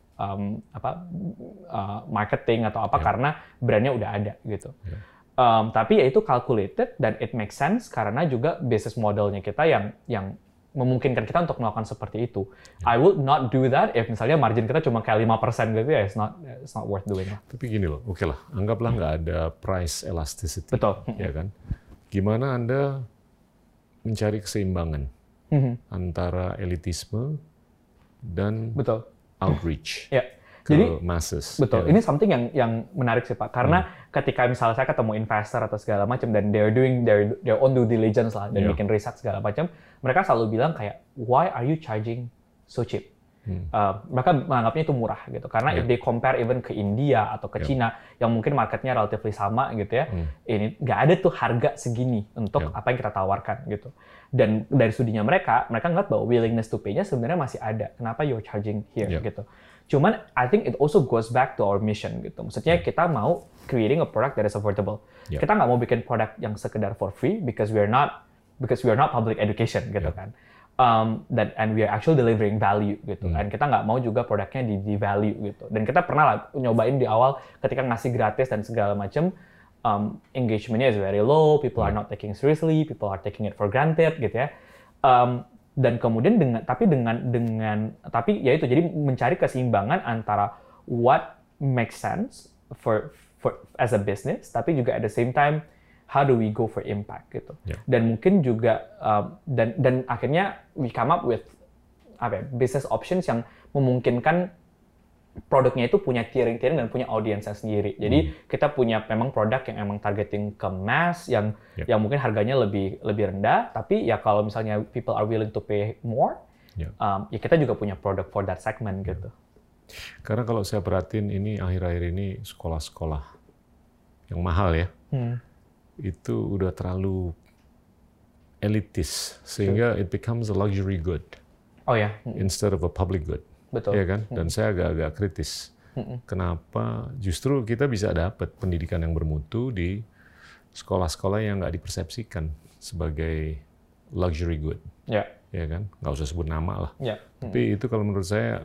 marketing atau karena brandnya udah ada gitu. Tapi ya itu calculated dan it makes sense karena juga business modelnya kita yang memungkinkan kita untuk melakukan seperti itu. I would not do that if misalnya margin kita cuma kayak 5% gitu ya, it's not worth doing lah. Tapi gini loh, oke lah, anggaplah nggak ada price elasticity. Betul. Ya kan? Gimana Anda mencari keseimbangan antara elitisme dan outreach ke masses. Betul. Ini something yang menarik sih Pak. Karena ketika misalnya saya ketemu investor atau segala macam dan they're doing their own due diligence lah dan bikin riset segala macam, mereka selalu bilang kayak why are you charging so cheap? Mereka menganggapnya itu murah gitu. Karena if they compare even ke India atau ke China yang mungkin marketnya relatively sama gitu ya, ini nggak ada tuh harga segini untuk apa yang kita tawarkan gitu. Dan dari studinya mereka ngeliat bahwa willingness to pay-nya sebenarnya masih ada. Kenapa you're charging here gitu. Cuman I think it also goes back to our mission gitu. Maksudnya kita mau creating a product that is affordable. Kita nggak mau bikin produk yang sekedar for free because we are not public education gitu kan. And we are actually delivering value gitu. Dan kita nggak mau juga produknya di value gitu. Dan kita pernah lah nyobain di awal ketika ngasih gratis dan segala macam, engagementnya is very low, people are not taking seriously, people are taking it for granted gitu ya. Dan kemudian tapi ya itu jadi mencari keseimbangan antara what makes sense for as a business, tapi juga at the same time how do we go for impact gitu. Dan mungkin juga dan akhirnya we come up with business options yang memungkinkan produknya itu punya tiering-tiering dan punya audiensnya sendiri. Jadi kita punya memang produk yang emang targeting ke mass yang mungkin harganya lebih rendah, tapi ya kalau misalnya people are willing to pay more, ya kita juga punya produk for that segment gitu. Karena kalau saya perhatiin ini akhir-akhir ini sekolah-sekolah yang mahal ya, itu udah terlalu elitis sehingga it becomes a luxury good. Instead of a public good. Betul. Ya kan? Dan saya agak kritis. Kenapa justru kita bisa dapat pendidikan yang bermutu di sekolah-sekolah yang nggak dipersepsikan sebagai luxury good. Ya kan? Nggak usah sebut nama lah. Tapi itu kalau menurut saya,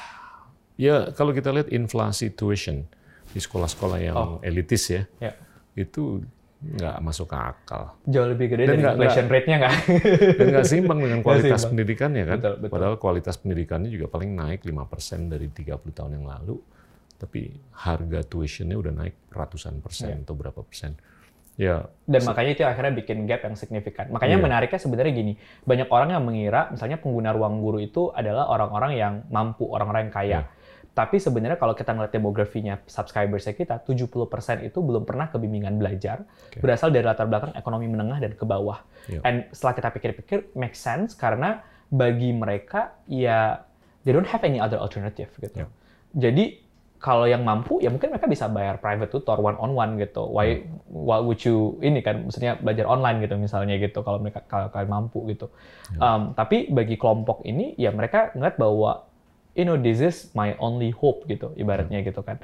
ya kalau kita lihat inflasi tuition di sekolah-sekolah yang elitis ya, itu nggak masuk akal. Jauh lebih gede dari inflation rate-nya nggak? Dan nggak seimbang dengan kualitas pendidikannya kan. Betul. Padahal kualitas pendidikannya juga paling naik 5% dari 30 tahun yang lalu. Tapi harga tuition-nya udah naik ratusan persen atau berapa persen. Dan makanya itu akhirnya bikin gap yang signifikan. Makanya menariknya sebenarnya gini, banyak orang yang mengira misalnya pengguna ruang guru itu adalah orang-orang yang mampu, orang-orang yang kaya. Tapi sebenarnya kalau kita ngeliat demografinya subscribers-nya kita, 70% itu belum pernah kebimbingan belajar, berasal dari latar belakang ekonomi menengah dan ke bawah. And setelah kita pikir-pikir, make sense karena bagi mereka ya they don't have any other alternative gitu. Jadi kalau yang mampu ya mungkin mereka bisa bayar private tutor one-on-one gitu. Why would you ini kan maksudnya belajar online gitu misalnya gitu kalau kalian mampu gitu. Tapi bagi kelompok ini ya mereka ngeliat bahwa this is my only hope gitu ibaratnya gitu kan.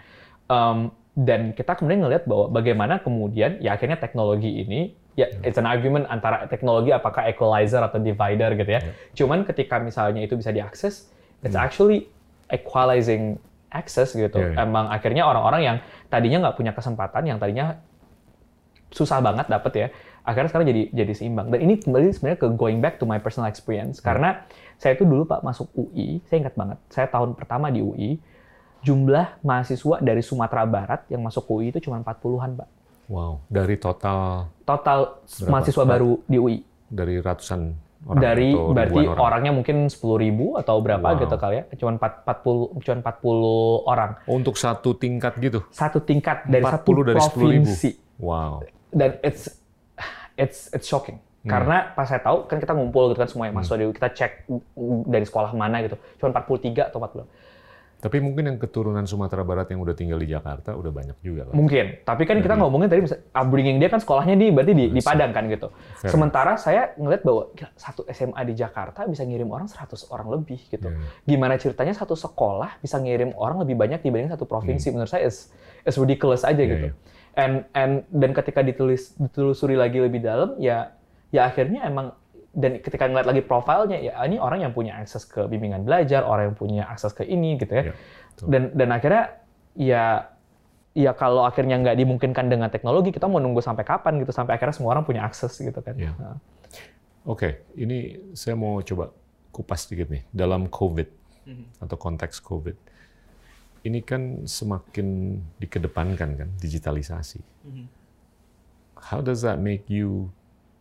Dan kita kemudian ngelihat bahwa bagaimana kemudian ya akhirnya teknologi ini ya it's an argument antara teknologi apakah equalizer atau divider gitu ya. Cuman ketika misalnya itu bisa diakses, it's actually equalizing access gitu. Emang akhirnya orang-orang yang tadinya nggak punya kesempatan, yang tadinya susah banget dapet ya, akhirnya sekarang jadi seimbang. Dan ini kembali sebenarnya ke going back to my personal experience. Karena saya itu dulu Pak masuk UI, saya ingat banget, saya tahun pertama di UI, jumlah mahasiswa dari Sumatera Barat yang masuk UI itu cuma 40-an, Pak. Wow, dari total mahasiswa baru di UI. Dari ratusan orang dari atau berarti orang? Orangnya mungkin 10.000 atau berapa gitu kali ya. Cuma 40 orang. Oh, untuk satu tingkat gitu. Satu tingkat dari satu dari provinsi. 10.000. Wow. Dan it's shocking. Karena pas saya tahu kan kita ngumpul gitu kan semuanya mahasiswa di UI, kita cek dari sekolah mana gitu. Cuma 43 atau 40. Tapi mungkin yang keturunan Sumatera Barat yang udah tinggal di Jakarta udah banyak juga kan? Mungkin. Tapi kan kita ngomongin tadi upbringing dia kan sekolahnya berarti di Padang kan gitu. Sementara saya ngeliat bahwa satu SMA di Jakarta bisa ngirim orang 100 orang lebih gitu. Gimana ceritanya satu sekolah bisa ngirim orang lebih banyak dibanding satu provinsi? Menurut saya is ridiculous aja gitu. Dan ketika ditelusuri lagi lebih dalam ya akhirnya emang, dan ketika ngeliat lagi profilnya, ya ini orang yang punya akses ke bimbingan belajar, orang yang punya akses ke ini gitu ya. Dan akhirnya ya kalau akhirnya nggak dimungkinkan dengan teknologi, kita mau nunggu sampai kapan gitu, sampai akhirnya semua orang punya akses gitu kan. Oke, ini saya mau coba kupas sedikit nih dalam COVID atau konteks COVID. Ini kan semakin dikedepankan kan digitalisasi. How does that make you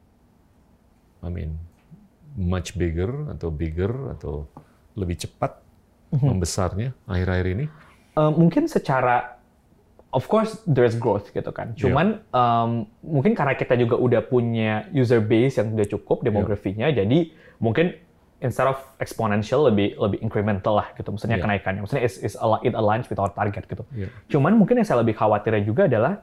much bigger atau lebih cepat membesarnya akhir-akhir ini? Mungkin secara, of course there's growth gitu kan. Cuman mungkin karena kita juga udah punya user base yang udah cukup demografinya, jadi mungkin instead of exponential lebih incremental lah gitu. Maksudnya kenaikannya. Maksudnya it aligns with our target gitu. Cuman mungkin yang saya lebih khawatirnya juga adalah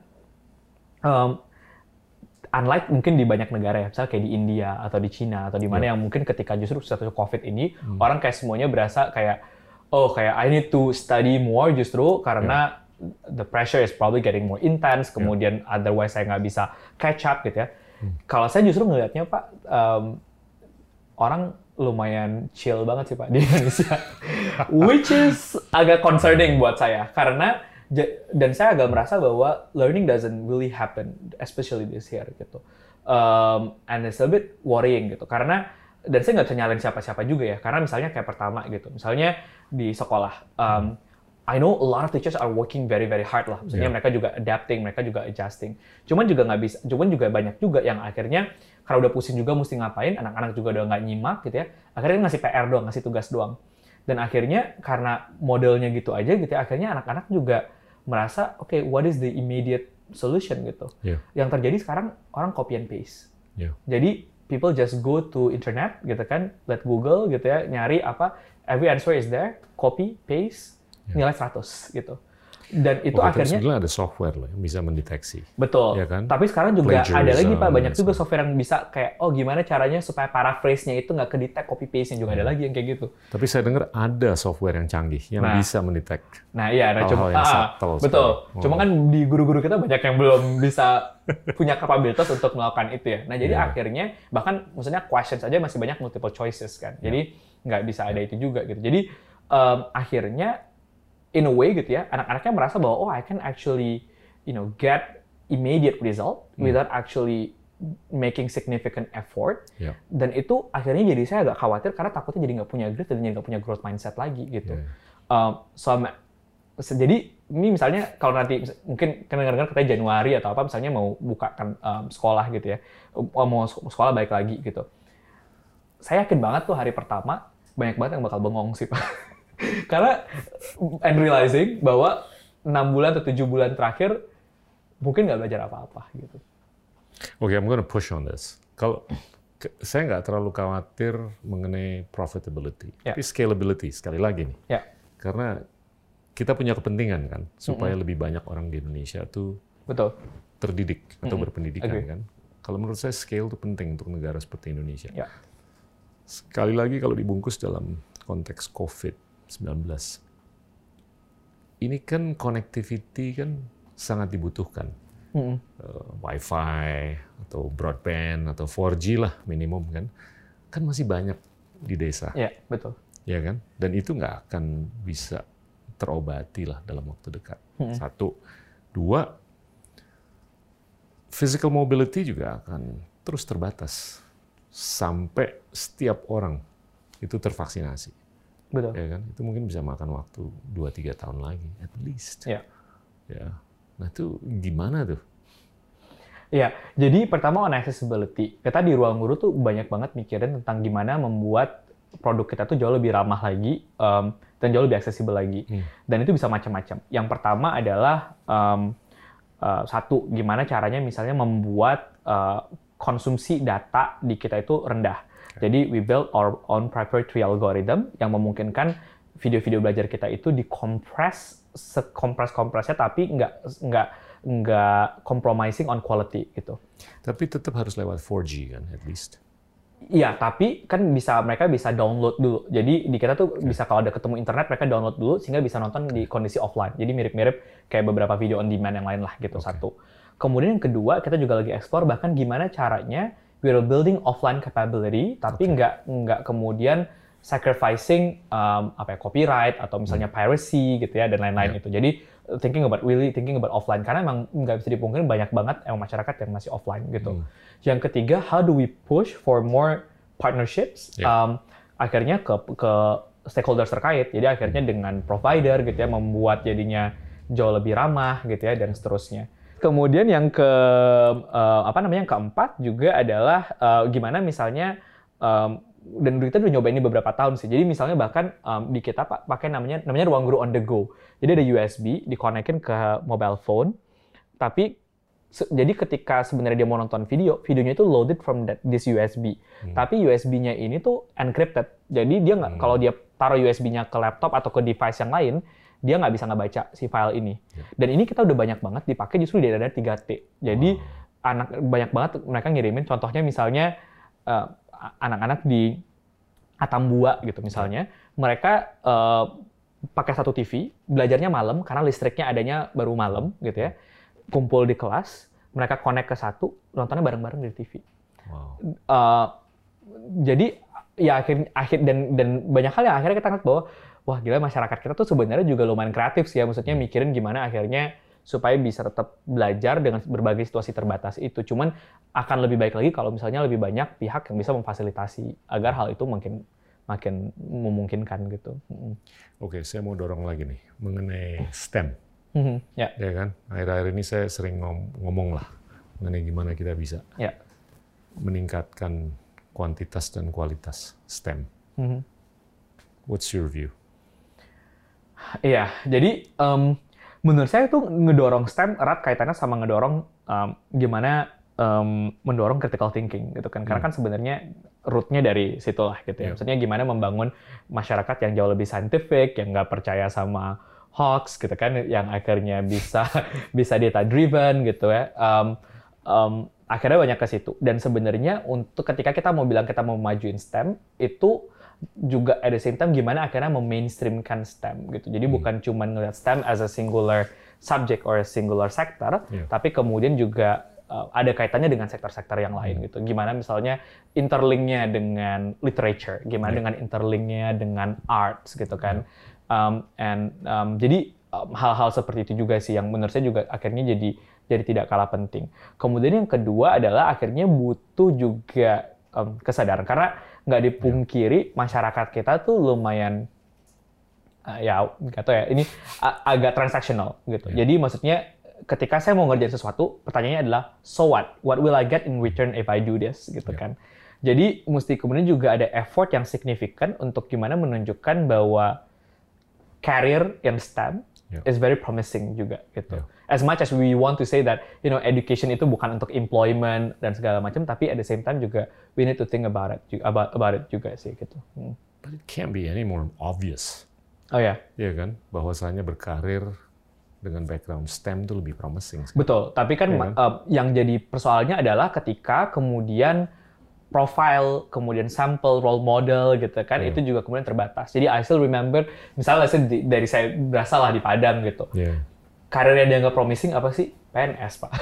unlike mungkin di banyak negara ya, misalnya kayak di India atau di Cina atau di mana yang mungkin ketika justru setelah COVID ini orang kayak semuanya berasa kayak I need to study more justru karena the pressure is probably getting more intense, kemudian otherwise saya nggak bisa catch up gitu ya. Kalau saya justru ngelihatnya Pak, orang lumayan chill banget sih Pak di Indonesia, which is agak concerning buat saya karena dan saya agak merasa bahwa learning doesn't really happen, especially this year gitu. And it's a bit worrying gitu, karena dan saya nggak bisa nyalain siapa-siapa juga ya, karena misalnya kayak pertama gitu, misalnya di sekolah, I know a lot of teachers are working very very hard lah, maksudnya mereka juga adapting, mereka juga adjusting. Cuman juga nggak bisa, cuman juga banyak juga yang akhirnya karena udah pusing juga mesti ngapain, anak-anak juga udah nggak nyimak gitu ya, akhirnya ngasih PR doang, ngasih tugas doang. Dan akhirnya karena modelnya gitu aja gitu ya, akhirnya anak-anak juga merasa, okay, what is the immediate solution gitu. Yang terjadi sekarang orang copy and paste. Jadi people just go to internet gitu kan, let Google gitu ya, nyari apa, every answer is there, copy, paste, nilai 100 gitu. Dan itu akhirnya sebenarnya ada software loh yang bisa mendeteksi. Betul. Ya kan? Tapi sekarang juga ada lagi Pak, banyak juga software yang bisa kayak gimana caranya supaya paraphrase-nya itu nggak kedetek, copy paste-nya juga ada lagi yang kayak gitu. Tapi saya dengar ada software yang canggih yang bisa mendetek. Nah iya, cuma betul. Cuma kan di guru-guru kita banyak yang belum bisa punya kapabilitas untuk melakukan itu ya. Nah jadi akhirnya bahkan maksudnya questions aja masih banyak multiple choices kan. Jadi nggak bisa ada itu juga gitu. Jadi akhirnya in a way gitu ya, anak-anaknya merasa bahwa I can actually get immediate result without actually making significant effort. Dan itu akhirnya jadi saya agak khawatir karena takutnya jadi nggak punya grit dan jadi nggak punya growth mindset lagi gitu. Jadi ini misalnya kalau nanti mungkin kadang-kadang katanya Januari atau apa misalnya mau bukakan sekolah gitu ya, mau sekolah balik lagi gitu. Saya yakin banget tuh hari pertama banyak banget yang bakal bengong sih Pak. Karena and realizing bahwa 6 bulan atau 7 bulan terakhir mungkin nggak belajar apa-apa gitu. Oke, I'm gonna push on this. Kalau saya nggak terlalu khawatir mengenai profitability, tapi scalability sekali lagi nih. Karena kita punya kepentingan kan supaya lebih banyak orang di Indonesia tuh terdidik atau berpendidikan kan. Kalau menurut saya scale itu penting untuk negara seperti Indonesia. Sekali lagi kalau dibungkus dalam konteks COVID-19, ini kan connectivity kan sangat dibutuhkan. Wi-Fi atau broadband atau 4G lah minimum kan masih banyak di desa. Iya, betul. Ya kan? Dan itu nggak akan bisa terobati lah dalam waktu dekat. Satu. Dua, physical mobility juga akan terus terbatas sampai setiap orang itu tervaksinasi. Betul. Ya kan? Itu mungkin bisa makan waktu 2-3 tahun lagi, at least. Iya. Ya. Nah itu gimana tuh? Iya, jadi pertama on accessibility. Kita di Ruang Guru tuh banyak banget mikirin tentang gimana membuat produk kita tuh jauh lebih ramah lagi dan jauh lebih accessible lagi. Dan itu bisa macam-macam. Yang pertama adalah satu, gimana caranya misalnya membuat konsumsi data di kita itu rendah. Jadi we build our own proprietary algorithm yang memungkinkan video-video belajar kita itu dikompres sekompres-kompresnya, tapi nggak compromising on quality gitu. Tapi tetap harus lewat 4G kan, at least. Iya, tapi kan mereka bisa download dulu. Jadi di kita tuh bisa kalau ada ketemu internet mereka download dulu sehingga bisa nonton di kondisi offline. Jadi mirip-mirip kayak beberapa video on demand yang lain lah gitu. Satu. Kemudian yang kedua, kita juga lagi explore bahkan gimana caranya we are building offline capability tapi nggak kemudian sacrificing copyright atau misalnya piracy gitu ya dan lain-lain itu. Jadi thinking about offline karena emang nggak bisa dipungkiri banyak banget masyarakat yang masih offline gitu. Yang ketiga, how do we push for more partnerships? Akhirnya ke stakeholders terkait. Jadi akhirnya dengan provider gitu ya membuat jadinya jauh lebih ramah gitu ya dan seterusnya. Kemudian yang keempat juga adalah gimana misalnya dan kita udah nyoba ini beberapa tahun sih. Jadi misalnya bahkan di kita pakai namanya Ruang Guru on the go. Jadi ada USB dikonekin ke mobile phone. Tapi jadi ketika sebenarnya dia mau nonton videonya itu loaded from this USB. Tapi USB-nya ini tuh encrypted. Jadi dia nggak kalau dia taruh USB-nya ke laptop atau ke device yang lain, dia nggak bisa ngebaca si file ini. Dan ini kita udah banyak banget dipakai justru di daerah 3T. Jadi banyak banget mereka ngirimin contohnya misalnya anak-anak di Atambua gitu misalnya, mereka pakai satu TV, belajarnya malam karena listriknya adanya baru malam gitu ya. Kumpul di kelas, mereka connect ke satu, nontonnya bareng-bareng di TV. Jadi ya akhir dan banyak hal yang akhirnya kita ngeliat bahwa wah gila masyarakat kita tuh sebenarnya juga lumayan kreatif sih ya, maksudnya mikirin gimana akhirnya supaya bisa tetap belajar dengan berbagai situasi terbatas itu. Cuman akan lebih baik lagi kalau misalnya lebih banyak pihak yang bisa memfasilitasi agar hal itu makin memungkinkan gitu. Oke, saya mau dorong lagi nih mengenai STEM. Ya kan, akhir-akhir ini saya sering ngomong lah mengenai gimana kita bisa meningkatkan kuantitas dan kualitas STEM. What's your view? Iya, jadi menurut saya itu ngedorong STEM erat kaitannya sama ngedorong gimana mendorong critical thinking gitu kan. Karena kan sebenarnya root-nya dari situlah gitu ya. Maksudnya gimana membangun masyarakat yang jauh lebih scientific, yang nggak percaya sama hoax gitu kan, yang akhirnya bisa data driven gitu ya. Akhirnya banyak ke situ. Dan sebenarnya untuk ketika kita mau bilang kita mau majuin STEM itu juga at the same time gimana akhirnya memainstreamkan STEM gitu. Jadi bukan cuma ngelihat STEM as a singular subject or a singular sector, tapi kemudian juga ada kaitannya dengan sektor-sektor yang lain gitu. Gimana misalnya interlinknya dengan literature, gimana dengan interlinknya dengan arts gitu kan. Jadi hal-hal seperti itu juga sih yang menurut saya juga akhirnya jadi tidak kalah penting. Kemudian yang kedua adalah akhirnya butuh juga kesadaran karena nggak dipungkiri masyarakat kita tuh lumayan nggak tahu ya ini agak transactional gitu. Jadi maksudnya ketika saya mau ngerjain sesuatu pertanyaannya adalah so what will I get in return if I do this gitu kan. Jadi mesti kemudian juga ada effort yang signifikan untuk gimana menunjukkan bahwa career in STEM is very promising juga gitu. As much as we want to say that education itu bukan untuk employment dan segala macam, tapi at the same time juga we need to think about it juga sih gitu. But it can't be any more obvious. Oh ya. Iya kan, bahwasanya berkarir dengan background STEM itu lebih promising. Betul, tapi kan yang jadi persoalannya adalah ketika kemudian profile, kemudian sampel, role model gitu kan, itu juga kemudian terbatas. Jadi I still remember, misalnya dari saya berasal lah di Padang gitu. Karir yang dianggap promising apa sih? PNS, Pak.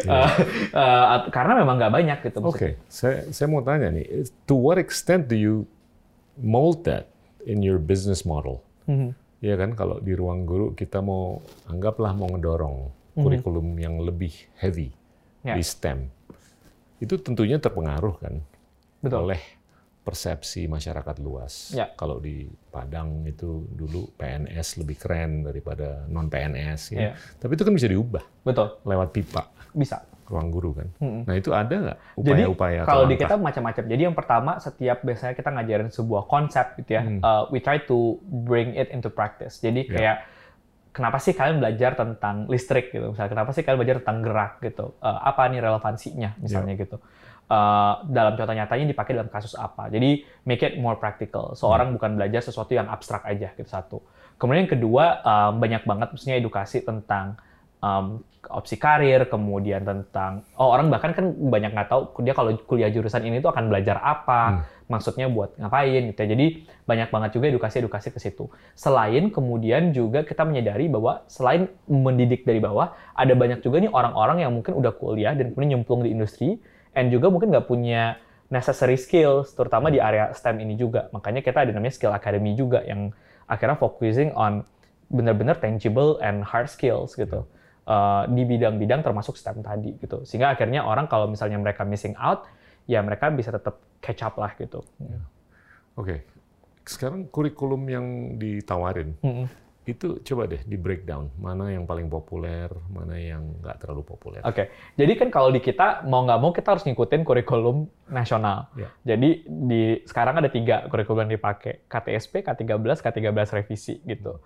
Karena memang nggak banyak gitu. Oke, saya mau tanya nih, to what extent do you mold that in your business model? Ya kan, kalau di Ruang Guru kita mau, anggaplah mau ngedorong kurikulum yang lebih heavy di STEM. Itu tentunya terpengaruh kan oleh persepsi masyarakat luas. Kalau di Padang itu dulu PNS lebih keren daripada non-PNS. Ya. Tapi itu kan bisa diubah lewat pipa. Bisa. Ruang Guru kan. Nah itu ada nggak upaya-upaya? Jadi kalau di kita macam-macam. Jadi yang pertama, biasanya kita ngajarin sebuah konsep gitu ya. We try to bring it into practice. Jadi kayak kenapa sih kalian belajar tentang listrik gitu? Misalnya kenapa sih kalian belajar tentang gerak gitu? Apa nih relevansinya misalnya gitu? Dalam contoh nyatanya dipakai dalam kasus apa? Jadi make it more practical. Seorang bukan belajar sesuatu yang abstrak aja gitu, satu. Kemudian yang kedua, banyak banget maksudnya edukasi tentang opsi karir, kemudian tentang orang bahkan kan banyak nggak tahu dia kalau kuliah jurusan ini tuh akan belajar apa, maksudnya buat ngapain gitu ya. Jadi banyak banget juga edukasi ke situ. Selain kemudian juga kita menyadari bahwa selain mendidik dari bawah, ada banyak juga nih orang-orang yang mungkin udah kuliah dan kemudian nyemplung di industri, and juga mungkin nggak punya necessary skills, terutama di area STEM ini juga. Makanya kita ada namanya skill academy juga yang akhirnya focusing on benar-benar tangible and hard skills gitu. Di bidang-bidang termasuk STEM tadi gitu. Sehingga akhirnya orang kalau misalnya mereka missing out, ya mereka bisa tetap catch up lah gitu. Oke. Sekarang kurikulum yang ditawarin, itu coba deh di breakdown. Mana yang paling populer, mana yang nggak terlalu populer. Oke. Jadi kan kalau di kita, mau nggak mau kita harus ngikutin kurikulum nasional. Jadi sekarang ada 3 kurikulum yang dipakai. KTSP, K13, K13 revisi gitu.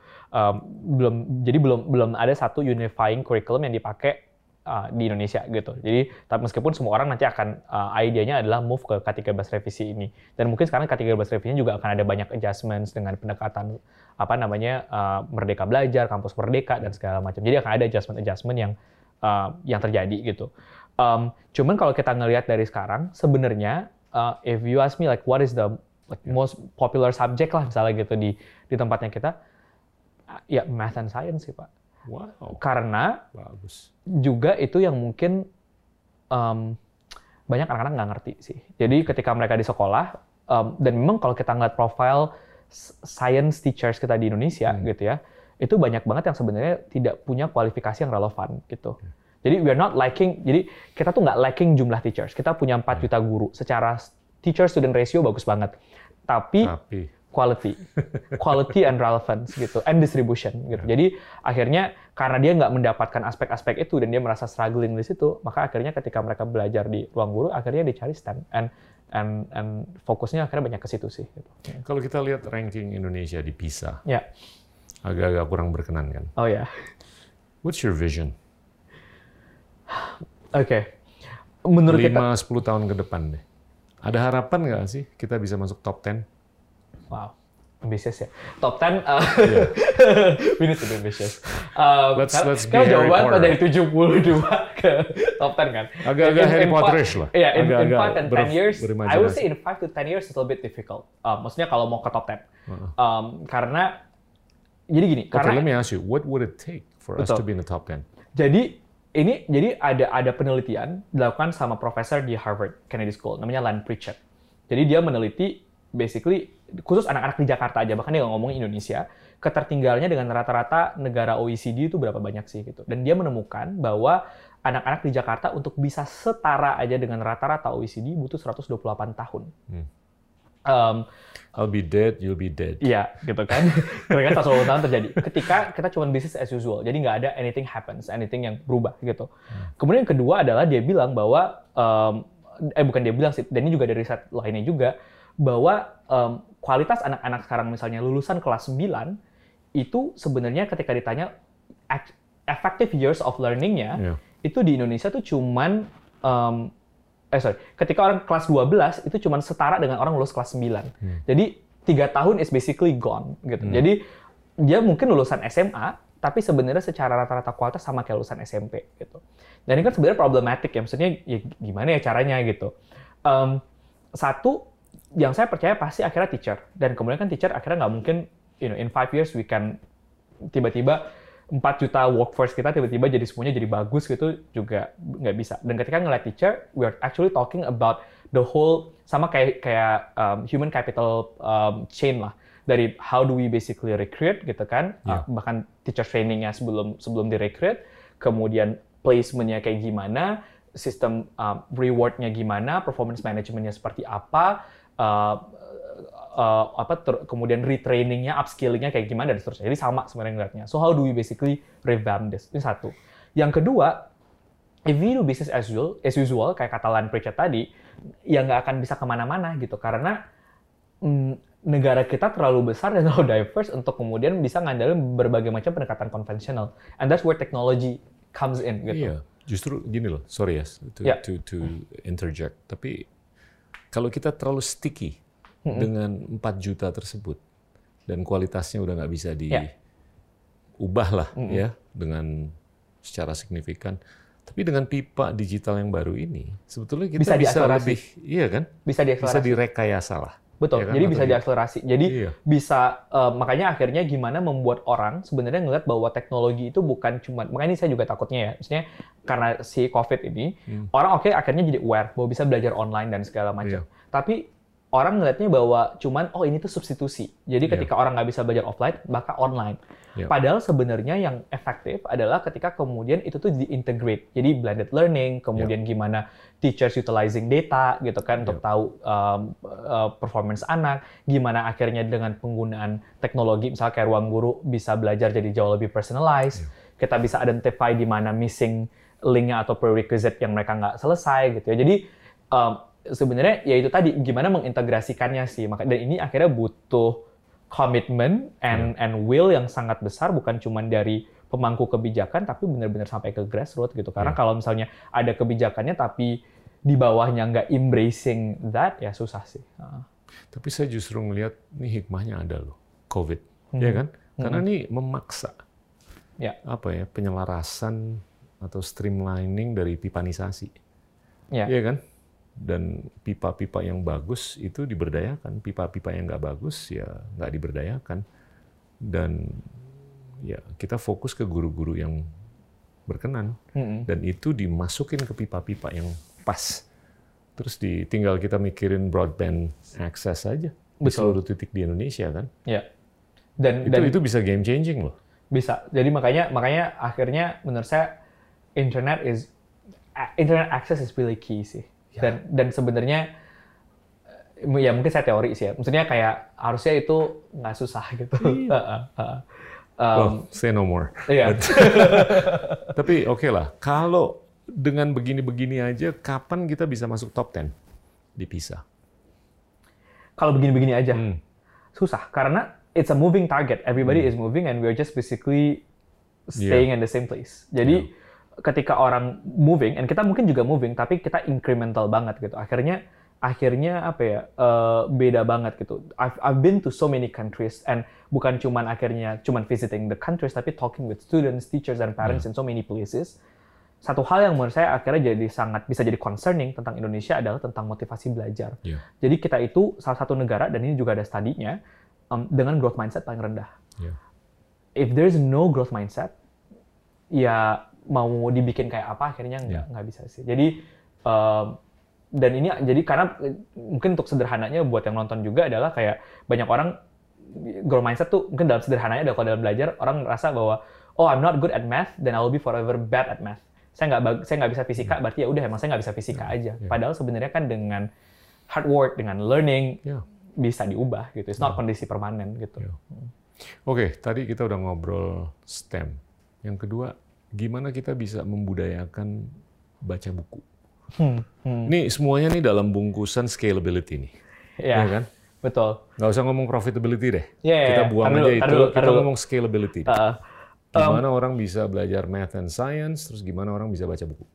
Belum ada satu unifying curriculum yang dipakai di Indonesia gitu. Jadi meskipun semua orang nanti akan idenya adalah move ke K13 revisi ini. Dan mungkin sekarang K13 revisinya juga akan ada banyak adjustments dengan pendekatan Merdeka Belajar, Kampus Merdeka dan segala macam. Jadi akan ada adjustment yang terjadi gitu. Cuman kalau kita ngelihat dari sekarang sebenarnya if you ask me like what is the most popular subject lah misalnya gitu di tempatnya kita, ya math and science sih, Pak. Wow. Karena bagus. Juga itu yang mungkin banyak anak-anak nggak ngerti sih. Jadi ketika mereka di sekolah, dan memang kalau kita ngeliat profile science teachers kita di Indonesia gitu ya, itu banyak banget yang sebenarnya tidak punya kualifikasi yang relevan gitu. Jadi we are not lacking, jadi kita tuh nggak lacking jumlah teachers. Kita punya 4 juta guru. Secara teacher-student ratio bagus banget. Tapi quality and relevance gitu, and distribution gitu. Jadi akhirnya karena dia nggak mendapatkan aspek-aspek itu dan dia merasa struggling di situ, maka akhirnya ketika mereka belajar di Ruang Guru, akhirnya dicari STEM and fokusnya akhirnya banyak ke situ sih. Gitu. Kalau kita lihat ranking Indonesia di PISA, agak-agak kurang berkenan kan? Oh ya. What's your vision? Oke. Menurut 5-10 tahun ke depan deh. Ada harapan nggak sih kita bisa masuk top 10? Wow, ambisius ya. Top 10, we need to be ambitious. Let's be Harry Potter. Dari 72 ke top 10 kan? Agak-agak Harry Potterish lah. Iya, in 5 and 10 years, I would say in 5 to 10 years it's a little bit difficult. Maksudnya kalau mau ke top 10. Karena, jadi gini. Okay, let me ask you, what would it take for us to be in the top 10? Jadi ada penelitian dilakukan sama profesor di Harvard Kennedy School, namanya Len Pritchett. Jadi dia meneliti basically khusus anak-anak di Jakarta aja, bahkan dia nggak ngomongin Indonesia, ketertinggalannya dengan rata-rata negara OECD itu berapa banyak sih gitu. Dan dia menemukan bahwa anak-anak di Jakarta untuk bisa setara aja dengan rata-rata OECD butuh 128 tahun. I'll be dead, you'll be dead. Iya, gitu kan. Kira-kira 120 tahun terjadi. Ketika kita cuma business as usual, jadi nggak ada anything yang berubah gitu. Kemudian yang kedua adalah dia bilang bahwa, bukan dia bilang sih, dan ini juga dari riset lainnya juga, bahwa kualitas anak-anak sekarang misalnya lulusan kelas 9, itu sebenarnya ketika ditanya effective years of learning-nya, itu di Indonesia tuh cuman, ketika orang kelas 12 itu cuman setara dengan orang lulus kelas 9. Jadi 3 tahun is basically gone gitu. Jadi dia mungkin lulusan SMA, tapi sebenarnya secara rata-rata kualitas sama kayak lulusan SMP gitu. Dan ini kan sebenarnya problematik ya, maksudnya ya gimana ya caranya gitu. satu yang saya percaya pasti akhirnya teacher, dan kemudian kan teacher akhirnya nggak mungkin in 5 years we can tiba-tiba 4 juta workforce kita tiba-tiba jadi semuanya jadi bagus gitu, juga nggak bisa. Dan ketika ngeliat teacher, we are actually talking about the whole, sama kayak human capital chain lah, dari how do we basically recruit gitu kan, bahkan teacher trainingnya sebelum direkrut, kemudian placement-nya kayak gimana, sistem reward-nya gimana, performance management-nya seperti apa, kemudian retrainingnya, upskilling-nya kayak gimana, dan seterusnya. Jadi sama sebenarnya ngeliatnya. So how do we basically revamp this? Ini satu. Yang kedua, if we do business as usual kayak kata Lan Pritchard tadi, ya nggak akan bisa kemana-mana gitu. Karena negara kita terlalu besar dan terlalu diverse untuk kemudian bisa ngandelin berbagai macam pendekatan konvensional. And that's where technology comes in gitu. Iya, justru gini loh, sorry ya, to interject. Tapi kalau kita terlalu sticky dengan 4 juta tersebut dan kualitasnya udah nggak bisa diubah lah ya dengan secara signifikan. Tapi dengan pipa digital yang baru ini, sebetulnya kita bisa lebih, iya kan? Bisa direkayasa lah. Betul, ya kan? Jadi bisa diakselerasi. Jadi bisa, makanya akhirnya gimana membuat orang sebenarnya ngeliat bahwa teknologi itu bukan cuma, makanya ini saya juga takutnya ya, maksudnya karena si COVID ini, orang akhirnya jadi aware bahwa bisa belajar online dan segala macam. Tapi orang ngeliatnya bahwa cuman, ini tuh substitusi. Jadi ketika orang nggak bisa belajar offline, maka online. Padahal sebenarnya yang efektif adalah ketika kemudian itu tuh di-integrate. Jadi blended learning, kemudian gimana teachers utilizing data gitu kan untuk tahu performance anak, gimana akhirnya dengan penggunaan teknologi misalnya kayak ruang guru bisa belajar jadi jauh lebih personalized. Kita bisa identify di mana missing link-nya atau prerequisite yang mereka nggak selesai gitu ya. Jadi sebenarnya ya itu tadi gimana mengintegrasikannya sih. Dan ini akhirnya butuh commitment and will yang sangat besar, bukan cuma dari pemangku kebijakan tapi benar-benar sampai ke grassroots gitu. Karena kalau misalnya ada kebijakannya tapi di bawahnya nggak embracing that, ya susah sih. Tapi saya justru melihat ini hikmahnya ada loh, COVID, ya kan? Karena ini memaksa penyelarasan atau streamlining dari pipanisasi, ya kan? Dan pipa-pipa yang bagus itu diberdayakan, pipa-pipa yang nggak bagus ya nggak diberdayakan. Dan ya kita fokus ke guru-guru yang berkenan, dan itu dimasukin ke pipa-pipa yang pas. Terus tinggal kita mikirin broadband access aja di seluruh titik di Indonesia kan. Ya. Dan itu bisa game changing loh. Bisa. Jadi makanya akhirnya menurut saya internet access is really key sih. Dan sebenarnya ya mungkin saya teori sih ya. Maksudnya kayak harusnya itu nggak susah gitu. Say no more. Iya. Tapi oke lah. Kalau dengan begini-begini aja, kapan kita bisa masuk top 10 di PISA? Kalau begini-begini aja, susah. Karena it's a moving target. Everybody is moving and we're just basically staying in the same place. Jadi ketika orang moving, and kita mungkin juga moving, tapi kita incremental banget gitu. Akhirnya apa ya, beda banget gitu. I've been to so many countries, and bukan cuman visiting the countries, tapi talking with students, teachers, and parents in so many places. Satu hal yang menurut saya akhirnya bisa jadi concerning tentang Indonesia adalah tentang motivasi belajar. Jadi kita itu salah satu negara, dan ini juga ada studinya, dengan growth mindset paling rendah. If there is no growth mindset, ya mau dibikin kayak apa akhirnya nggak bisa sih. Jadi dan ini jadi karena mungkin untuk sederhananya buat yang nonton juga adalah kayak banyak orang growth mindset tuh mungkin dalam sederhananya adalah kalau dalam belajar orang merasa bahwa I'm not good at math, then I will be forever bad at math. Saya nggak bisa fisika, berarti ya udah emang saya nggak bisa fisika aja. Padahal sebenarnya kan dengan hard work, dengan learning bisa diubah gitu. It's not kondisi permanen gitu. Oke, tadi kita udah ngobrol STEM. Yang kedua, gimana kita bisa membudayakan baca buku? Ini semuanya nih dalam bungkusan scalability nih, ya kan? Betul. Nggak usah ngomong profitability deh. Kita buang aja itu. Kita ngomong scalability. Gimana orang bisa belajar math and science, terus gimana orang bisa baca buku?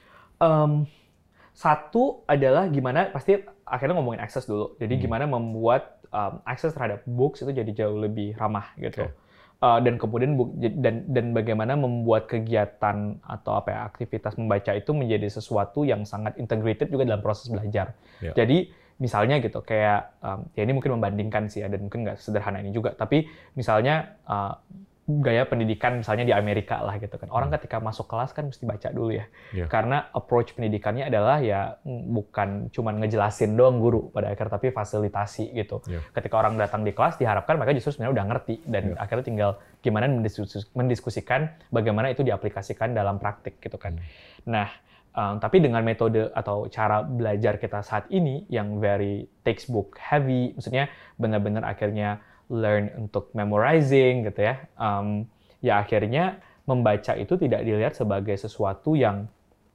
Satu adalah gimana, pasti akhirnya ngomongin akses dulu. Jadi gimana membuat akses terhadap books itu jadi jauh lebih ramah gitu. Dan kemudian dan bagaimana membuat kegiatan atau aktivitas membaca itu menjadi sesuatu yang sangat integrated juga dalam proses belajar. Jadi Misalnya gitu, kayak ya ini mungkin membandingkan sih ya, dan mungkin nggak sederhana ini juga. Tapi misalnya gaya pendidikan misalnya di Amerika lah gitu kan. Orang ketika masuk kelas kan mesti baca dulu ya. Karena approach pendidikannya adalah ya bukan cuma ngejelasin doang guru pada akhirnya, tapi fasilitasi gitu. Ketika orang datang di kelas diharapkan mereka justru sebenarnya udah ngerti dan akhirnya tinggal gimana mendiskusikan bagaimana itu diaplikasikan dalam praktik gitu kan. Nah, tapi dengan metode atau cara belajar kita saat ini yang very textbook heavy, maksudnya benar-benar akhirnya learn untuk memorizing gitu ya, ya akhirnya membaca itu tidak dilihat sebagai sesuatu yang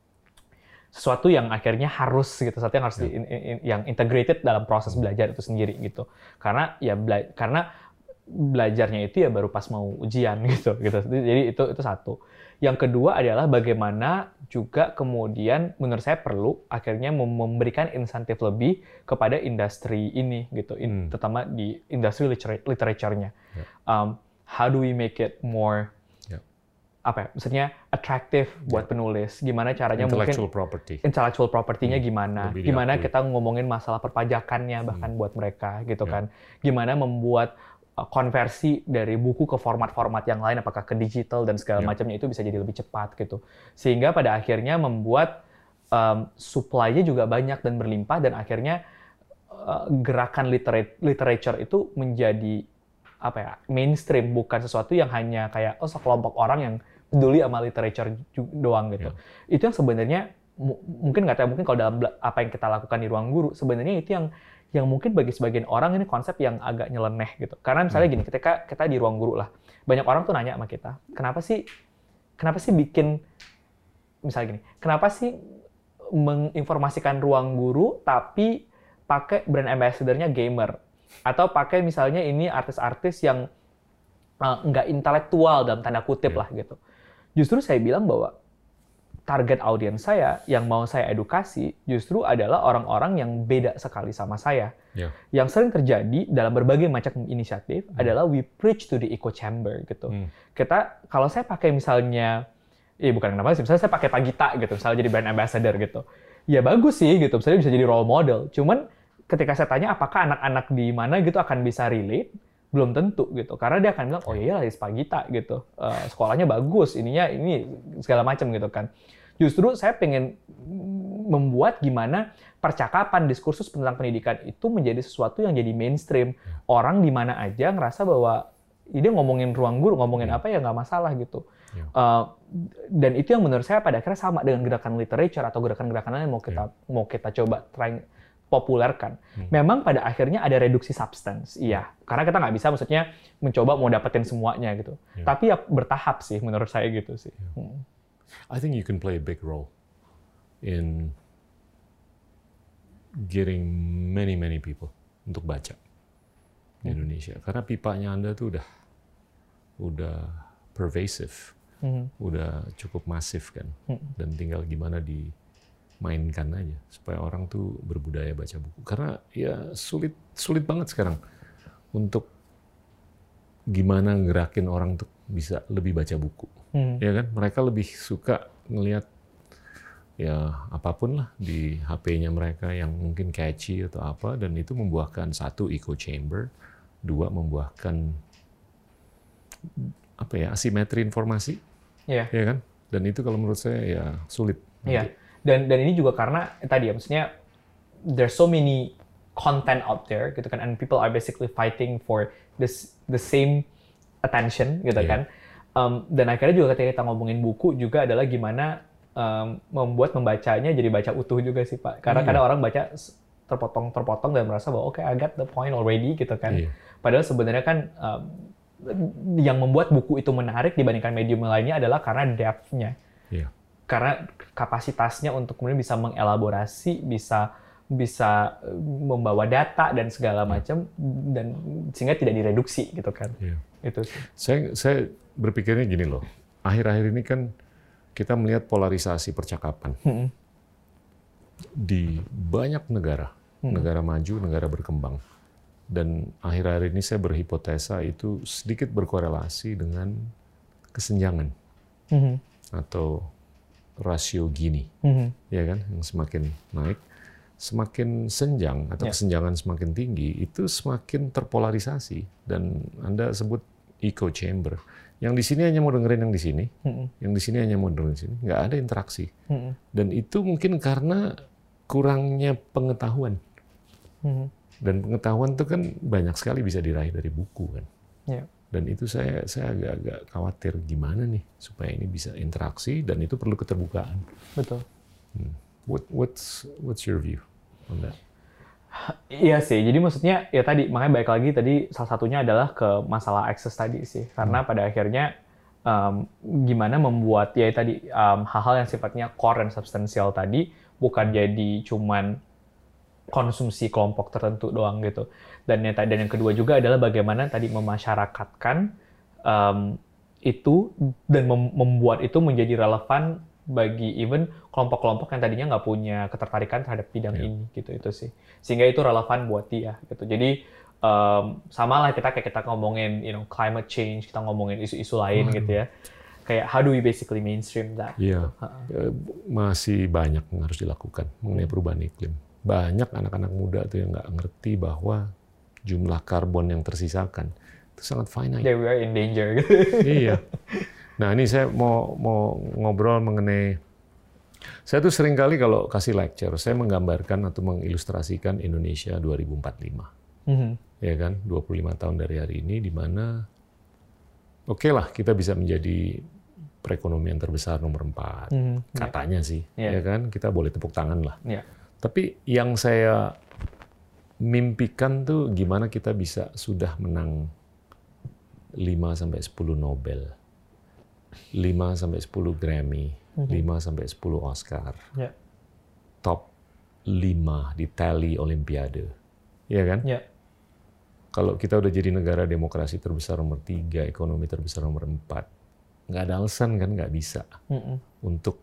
akhirnya harus gitu, sesuatu yang harus yang integrated dalam proses belajar itu sendiri gitu. Karena ya karena belajarnya itu ya baru pas mau ujian gitu. Jadi itu satu. Yang kedua adalah bagaimana juga kemudian menurut saya perlu akhirnya memberikan insentif lebih kepada industri ini gitu, terutama di industri literature-nya. How do we make it more maksudnya atraktif buat penulis? Gimana caranya intellectual property-nya gimana kita ngomongin masalah perpajakannya bahkan buat mereka gitu kan? Gimana membuat konversi dari buku ke format-format yang lain, apakah ke digital dan segala macamnya itu bisa jadi lebih cepat gitu. Sehingga pada akhirnya membuat supply-nya juga banyak dan berlimpah, dan akhirnya gerakan literature itu menjadi mainstream, bukan sesuatu yang hanya kayak sekelompok orang yang peduli sama literature doang gitu. Itu yang sebenarnya mungkin kalau dalam apa yang kita lakukan di ruang guru, sebenarnya itu yang mungkin bagi sebagian orang ini konsep yang agak nyeleneh gitu. Karena misalnya gini, ketika kita di ruang guru lah, banyak orang tuh nanya sama kita, kenapa sih bikin, misalnya gini, kenapa sih menginformasikan ruang guru tapi pakai brand ambassador-nya gamer? Atau pakai misalnya ini artis-artis yang nggak intelektual dalam tanda kutip lah gitu. Justru saya bilang bahwa target audiens saya yang mau saya edukasi justru adalah orang-orang yang beda sekali sama saya. Yang sering terjadi dalam berbagai macam inisiatif adalah we preach to the echo chamber gitu. Kalau saya pakai misalnya, bukan kenapa sih, misalnya saya pakai Pagita gitu, misalnya jadi brand ambassador gitu. Ya bagus sih gitu, misalnya bisa jadi role model. Cuman ketika saya tanya apakah anak-anak di mana gitu akan bisa relate, belum tentu gitu. Karena dia akan bilang, oh iya lah, Pagita gitu. Sekolahnya bagus, ini segala macam gitu kan. Justru saya pengen membuat gimana percakapan, diskursus tentang pendidikan itu menjadi sesuatu yang jadi mainstream. Orang di mana aja ngerasa bahwa dia ngomongin ruang guru, ngomongin apa ya nggak masalah gitu. Dan itu yang menurut saya pada akhirnya sama dengan gerakan literature atau gerakan-gerakan lain yang mau kita coba populerkan. Memang pada akhirnya ada reduksi substance, iya. Karena kita nggak bisa maksudnya mencoba mau dapetin semuanya gitu. Tapi ya bertahap sih menurut saya gitu sih. I think you can play a big role in getting many people untuk baca di Indonesia. Karena pipanya Anda tuh udah pervasive, udah cukup masif kan. Dan tinggal gimana dimainkan aja supaya orang tuh berbudaya baca buku. Karena ya sulit banget sekarang untuk gimana ngerakin orang untuk bisa lebih baca buku. Ya kan? Mereka lebih suka ngelihat ya apapun lah di HP-nya mereka yang mungkin catchy atau apa, dan itu membuahkan satu echo chamber, dua membuahkan asimetri informasi. Ya kan? Dan itu kalau menurut saya ya sulit. Iya. Dan ini juga karena tadi ya, maksudnya there's so many content out there gitu kan, and people are basically fighting for the same attention gitu kan. Dan akhirnya juga ketika kita ngomongin buku juga adalah gimana membuat membacanya jadi baca utuh juga sih Pak. Karena kadang orang baca terpotong dan merasa bahwa I got the point already gitu kan. Padahal sebenarnya kan yang membuat buku itu menarik dibandingkan medium lainnya adalah karena depth-nya. Karena kapasitasnya untuk kemudian bisa mengelaborasi, bisa membawa data dan segala macam, dan sehingga tidak direduksi gitu kan. Itu sih. Saya berpikirnya gini loh. Akhir-akhir ini kan kita melihat polarisasi percakapan di banyak negara, negara maju, negara berkembang. Dan akhir-akhir ini saya berhipotesa itu sedikit berkorelasi dengan kesenjangan atau rasio Gini, ya kan, yang semakin naik. semakin senjang atau kesenjangan semakin tinggi, itu semakin terpolarisasi. Dan Anda sebut echo chamber. Yang di sini hanya mau dengerin yang di sini, yang di sini hanya mau dengerin di sini, nggak ada interaksi. Dan itu mungkin karena kurangnya pengetahuan. Dan pengetahuan itu kan banyak sekali bisa diraih dari buku kan. Dan itu saya agak-agak khawatir gimana nih supaya ini bisa interaksi dan itu perlu keterbukaan. Betul. What's your view on that? Iya sih, jadi maksudnya ya tadi, makanya balik lagi tadi salah satunya adalah ke masalah akses tadi sih. Karena pada akhirnya gimana membuat ya tadi hal-hal yang sifatnya core dan substansial tadi bukan jadi cuman konsumsi kelompok tertentu doang gitu. Dan yang kedua juga adalah bagaimana tadi memasyarakatkan itu dan membuat itu menjadi relevan bagi even kelompok-kelompok yang tadinya nggak punya ketertarikan terhadap bidang ini gitu, itu sih, sehingga itu relevan buat dia gitu. Jadi sama lah kita ngomongin climate change, kita ngomongin isu-isu lain gitu ya, kayak how do we basically mainstream that? Iya, masih banyak yang harus dilakukan mengenai perubahan iklim. Banyak anak-anak muda tuh yang nggak ngerti bahwa jumlah karbon yang tersisakan itu sangat finite. Yeah, we are in danger. Iya. Nah, ini saya mau ngobrol mengenai, saya tuh sering kali kalau kasih lecture, saya menggambarkan atau mengilustrasikan Indonesia 2045. Ya kan, 25 tahun dari hari ini, di mana oke lah kita bisa menjadi perekonomian terbesar nomor 4, katanya sih, ya kan, kita boleh tepuk tangan lah. Tapi yang saya mimpikan tuh gimana kita bisa sudah menang 5-10 Nobel. 5-10 Grammy, 5-10 Oscar, top 5 di tally Olimpiade, ya kan? Kalau kita udah jadi negara demokrasi terbesar nomor 3, ekonomi terbesar nomor 4, nggak ada alasan kan nggak bisa untuk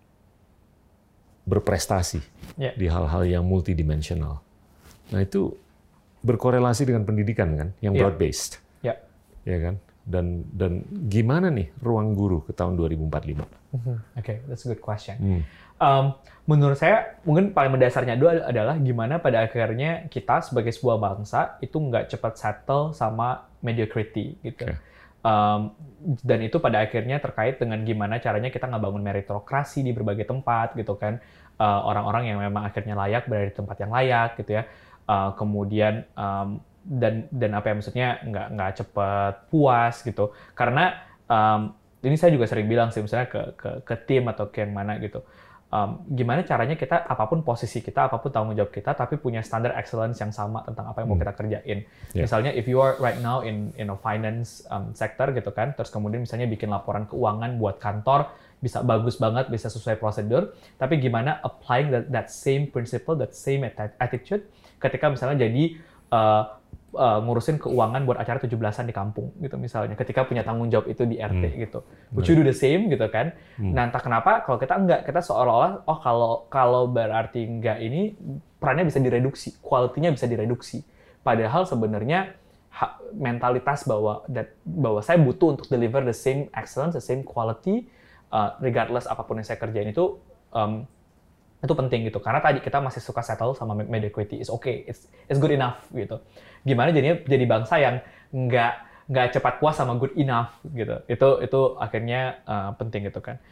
berprestasi di hal-hal yang multidimensional. Nah itu berkorelasi dengan pendidikan kan, yang broad-based, ya kan? Dan gimana nih ruang guru ke tahun 2045? Okay, that's a good question. Menurut saya, mungkin paling mendasarnya dulu adalah gimana pada akhirnya kita sebagai sebuah bangsa itu nggak cepat settle sama mediocrity gitu. Dan itu pada akhirnya terkait dengan gimana caranya kita ngebangun meritokrasi di berbagai tempat gitu kan. Orang-orang yang memang akhirnya layak berada di tempat yang layak gitu ya. Kemudian dan apa ya, maksudnya nggak cepat puas gitu, karena ini saya juga sering bilang sih misalnya ke tim atau ke yang mana gitu, gimana caranya kita apapun posisi kita, apapun tanggung jawab kita, tapi punya standar excellence yang sama tentang apa yang mau kita kerjain. Misalnya if you are right now in a finance sector gitu kan, terus kemudian misalnya bikin laporan keuangan buat kantor, bisa bagus banget, bisa sesuai prosedur, tapi gimana applying that same principle, that same attitude ketika misalnya jadi ngurusin keuangan buat acara 17-an di kampung gitu misalnya, ketika punya tanggung jawab itu di RT gitu. Would you do the same gitu kan? Nah, entah kenapa kalau kita enggak, kita seolah-olah kalau berarti enggak ini perannya bisa direduksi, quality-nya bisa direduksi. Padahal sebenarnya mentalitas bahwa saya butuh untuk deliver the same excellence, the same quality regardless apapun yang saya kerjain itu penting gitu, karena tadi kita masih suka settle sama mediocrity, is okay, it's good enough gitu. Gimana jadinya jadi bangsa yang nggak cepat puas sama good enough gitu. Itu akhirnya penting gitu kan.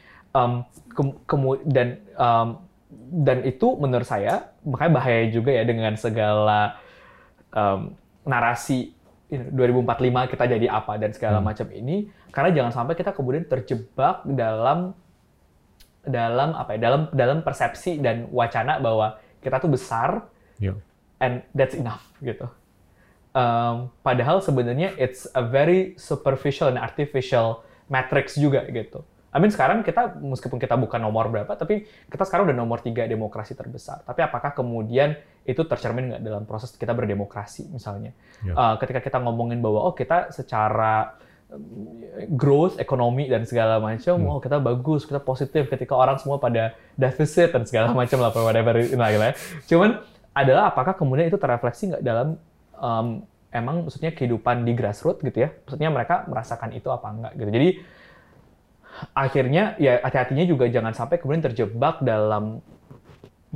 Dan itu menurut saya makanya bahaya juga ya dengan segala narasi 2045 kita jadi apa dan segala macam ini, karena jangan sampai kita kemudian terjebak dalam persepsi dan wacana bahwa kita tuh besar and that's enough gitu. Padahal sebenarnya it's a very superficial and artificial matrix juga gitu. I mean sekarang kita meskipun kita bukan nomor berapa, tapi kita sekarang udah nomor 3 demokrasi terbesar. Tapi apakah kemudian itu tercermin nggak dalam proses kita berdemokrasi misalnya? Ketika kita ngomongin bahwa kita secara growth, ekonomi dan segala macam, kita bagus, kita positif ketika orang semua pada defisit dan segala macam lah, whatever lah ya. Cuman adalah apakah kemudian itu terrefleksi nggak dalam emang maksudnya kehidupan di grassroots gitu ya? Maksudnya mereka merasakan itu apa enggak gitu. Jadi akhirnya ya hati-hatinya juga jangan sampai kemudian terjebak dalam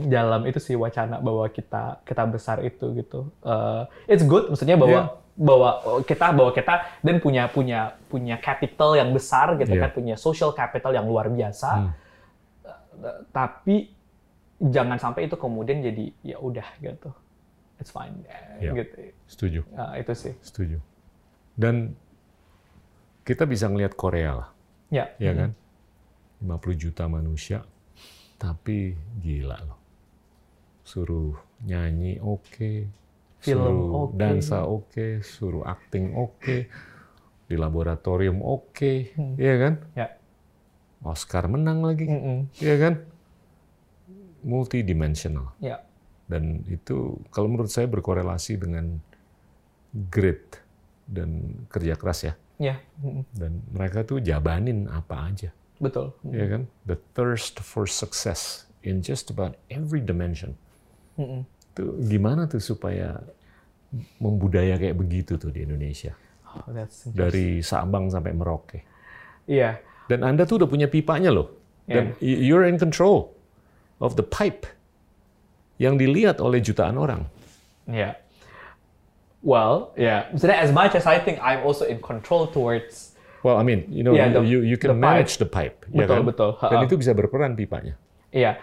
dalam itu sih wacana bahwa kita besar itu gitu. It's good, maksudnya bahwa kita dan punya capital yang besar gitu kan, punya social capital yang luar biasa. Tapi jangan sampai itu kemudian jadi ya udah gitu. It's fine gitu. Setuju. Itu sih. Setuju. Dan kita bisa ngelihat Korea lah. Ya kan? 50 juta manusia, tapi gila loh. Suruh nyanyi oke, suruh dansa oke, suruh acting oke, di laboratorium oke, ya kan? Ya. Oscar menang lagi, ya kan? Multidimensional. Ya. Dan itu kalau menurut saya berkorelasi dengan grit dan kerja keras ya. Ya. Dan mereka tuh jabanin apa aja. Betul. Ya kan? The thirst for success in just about every dimension. Tuh gimana tuh supaya membudaya kayak begitu tuh di Indonesia? Dari Sabang sampai Merauke. Iya. Dan Anda tuh udah punya pipanya loh. Dan you're in control of the pipe yang dilihat oleh jutaan orang. Iya. Well, maksudnya as much as I think I'm also in control towards. Well, I mean, you know, you can manage the pipe. Betul, ya kan? Betul. Dan itu bisa berperan pipanya. Iya.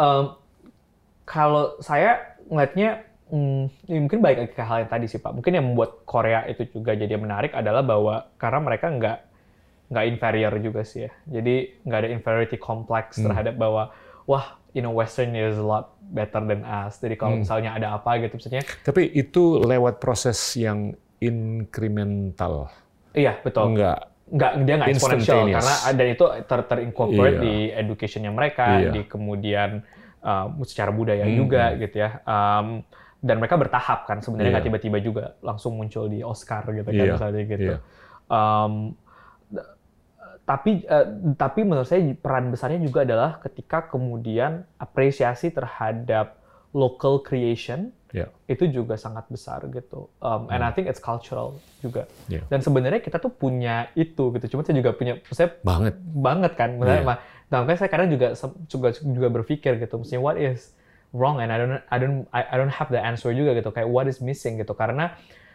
Kalau saya ngelihatnya, mungkin balik lagi ke hal yang tadi sih Pak. Mungkin yang membuat Korea itu juga jadi menarik adalah bahwa karena mereka nggak inferior juga sih ya. Jadi nggak ada inferiority complex terhadap bahwa wah, Western is a lot better than us. Jadi kalau misalnya ada apa gitu, misalnya. Tapi itu lewat proses yang incremental. Iya betul. Dia nggak exponential karena dan itu terincorporate di education-nya mereka, di kemudian secara budaya juga gitu ya. Dan mereka bertahap kan sebenarnya nggak tiba-tiba juga langsung muncul di Oscar gitu kan misalnya gitu. Tapi menurut saya peran besarnya juga adalah ketika kemudian apresiasi terhadap local creation itu juga sangat besar gitu. And I think it's cultural juga. Dan sebenarnya kita tuh punya itu gitu. Cuma saya juga punya, saya banget kan. Makanya saya kadang juga berpikir gitu. Maksudnya what is wrong and I don't have the answer juga gitu. Kayak what is missing gitu. Karena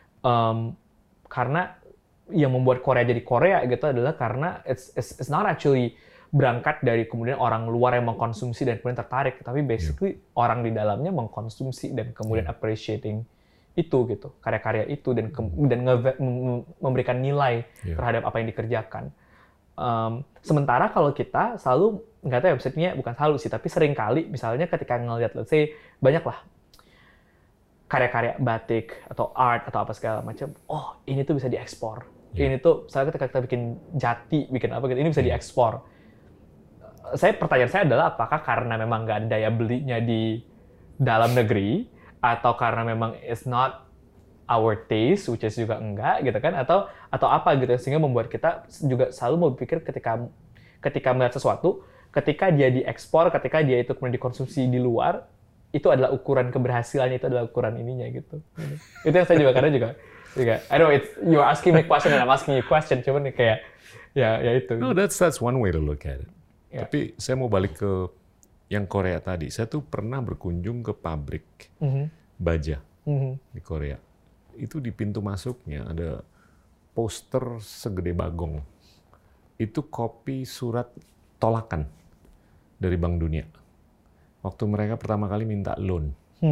yang membuat Korea jadi Korea gitu adalah karena it's not actually berangkat dari kemudian orang luar yang mengkonsumsi dan kemudian tertarik, tapi basically orang di dalamnya mengkonsumsi dan kemudian appreciating itu gitu, karya-karya itu dan memberikan nilai terhadap apa yang dikerjakan. Sementara kalau kita selalu, nggak tahu ya, maksudnya bukan selalu sih, tapi sering kali misalnya ketika ngelihat, let's say, banyak lah karya-karya batik atau art atau apa segala macam, oh ini tuh bisa diekspor. Ini tuh, misalnya ketika kita bikin jati, bikin apa gitu, ini bisa diekspor. Pertanyaan saya adalah apakah karena memang nggak ada daya belinya di dalam negeri, atau karena memang it's not our taste, which is juga enggak gitu kan, atau apa gitu, sehingga membuat kita juga selalu mau berpikir ketika melihat sesuatu, ketika dia diekspor, ketika dia itu kemudian dikonsumsi di luar, itu adalah ukuran keberhasilannya, itu adalah ukuran ininya gitu. Itu yang saya juga kadang juga I know you're asking me question and I'm asking you question, cuman kayak ya itu. No, that's one way to look at it. Tapi saya mau balik ke yang Korea tadi. Saya tuh pernah berkunjung ke pabrik baja di Korea. Itu di pintu masuknya ada poster segede bagong. Itu kopi surat tolakan dari Bank Dunia. Waktu mereka pertama kali minta loan.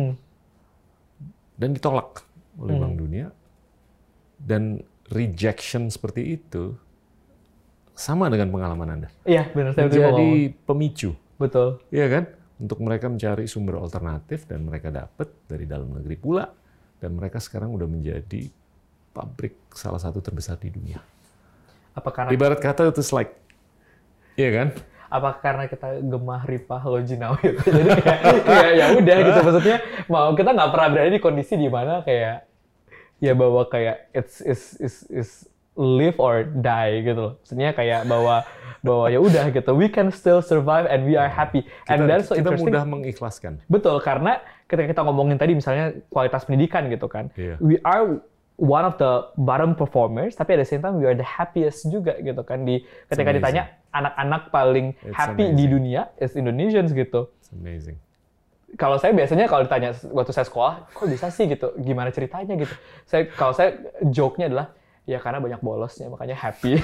Dan ditolak oleh Bank Dunia. Dan rejection seperti itu sama dengan pengalaman Anda. Iya, benar. Jadi pemicu. Betul. Iya kan? Untuk mereka mencari sumber alternatif dan mereka dapat dari dalam negeri pula. Dan mereka sekarang udah menjadi pabrik salah satu terbesar di dunia. Ibarat kata itu like, iya kan? Apa karena kita gemah ripah lojinau gitu. Jadi kayak ya udah gitu, maksudnya mau kita nggak pernah berada di kondisi di mana kayak ya bahwa kayak it's live or die gitu loh. Maksudnya kayak bahwa ya udah gitu, we can still survive and we are happy. And that's so interesting. Kita mudah mengikhlaskan. Betul, karena ketika kita ngomongin tadi misalnya kualitas pendidikan gitu kan, we are one of the bottom performers, tapi at the same time we are the happiest juga gitu kan. Ketika ditanya anak-anak paling happy di dunia is Indonesians gitu. It's amazing. Kalau saya biasanya kalau ditanya waktu saya sekolah, kok bisa sih gitu? Gimana ceritanya gitu? Kalau saya joke-nya adalah ya karena banyak bolosnya makanya happy.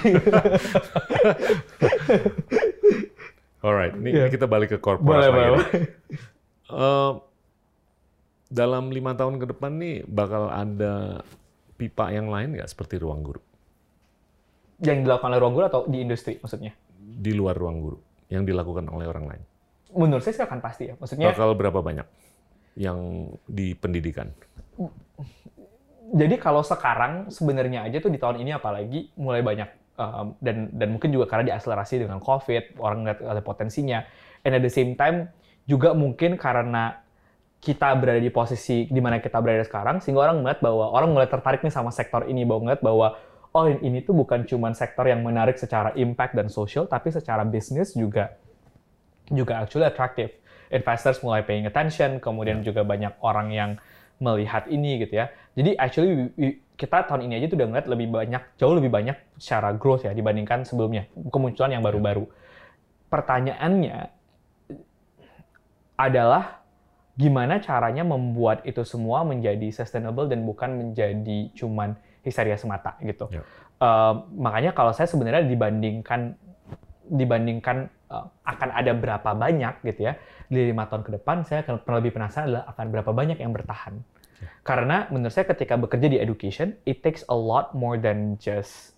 Alright, ini kita balik ke Boleh, korporat lagi. boleh. Dalam 5 tahun ke depan nih bakal ada pipa yang lain nggak seperti Ruang Guru? Yang dilakukan oleh ruang guru atau di industri maksudnya? Di luar Ruang Guru yang dilakukan oleh orang lain. Menurut saya sih akan pasti ya. Maksudnya Bakal berapa banyak yang di pendidikan? jadi kalau sekarang sebenarnya aja tuh di tahun ini apalagi mulai banyak dan mungkin juga karena diakselerasi dengan COVID, orang ngeliat ada potensinya. And at the same time juga mungkin karena kita berada di posisi di mana kita berada sekarang, sehingga orang mulai tertarik nih sama sektor ini, ngeliat bahwa oh ini tuh bukan cuma sektor yang menarik secara impact dan social, tapi secara bisnis juga actually attractive. Investors mulai paying attention, kemudian juga banyak orang yang melihat ini gitu ya. Jadi actually kita tahun ini aja tuh udah ngeliat jauh lebih banyak secara growth ya dibandingkan sebelumnya, kemunculan yang baru-baru. Pertanyaannya adalah gimana caranya membuat itu semua menjadi sustainable dan bukan menjadi cuman histeria semata gitu. Ya. Makanya kalau saya sebenarnya dibandingkan akan ada berapa banyak gitu ya di 5 tahun ke depan, saya akan lebih penasaran adalah akan berapa banyak yang bertahan. Ya. Karena menurut saya ketika bekerja di education, it takes a lot more than just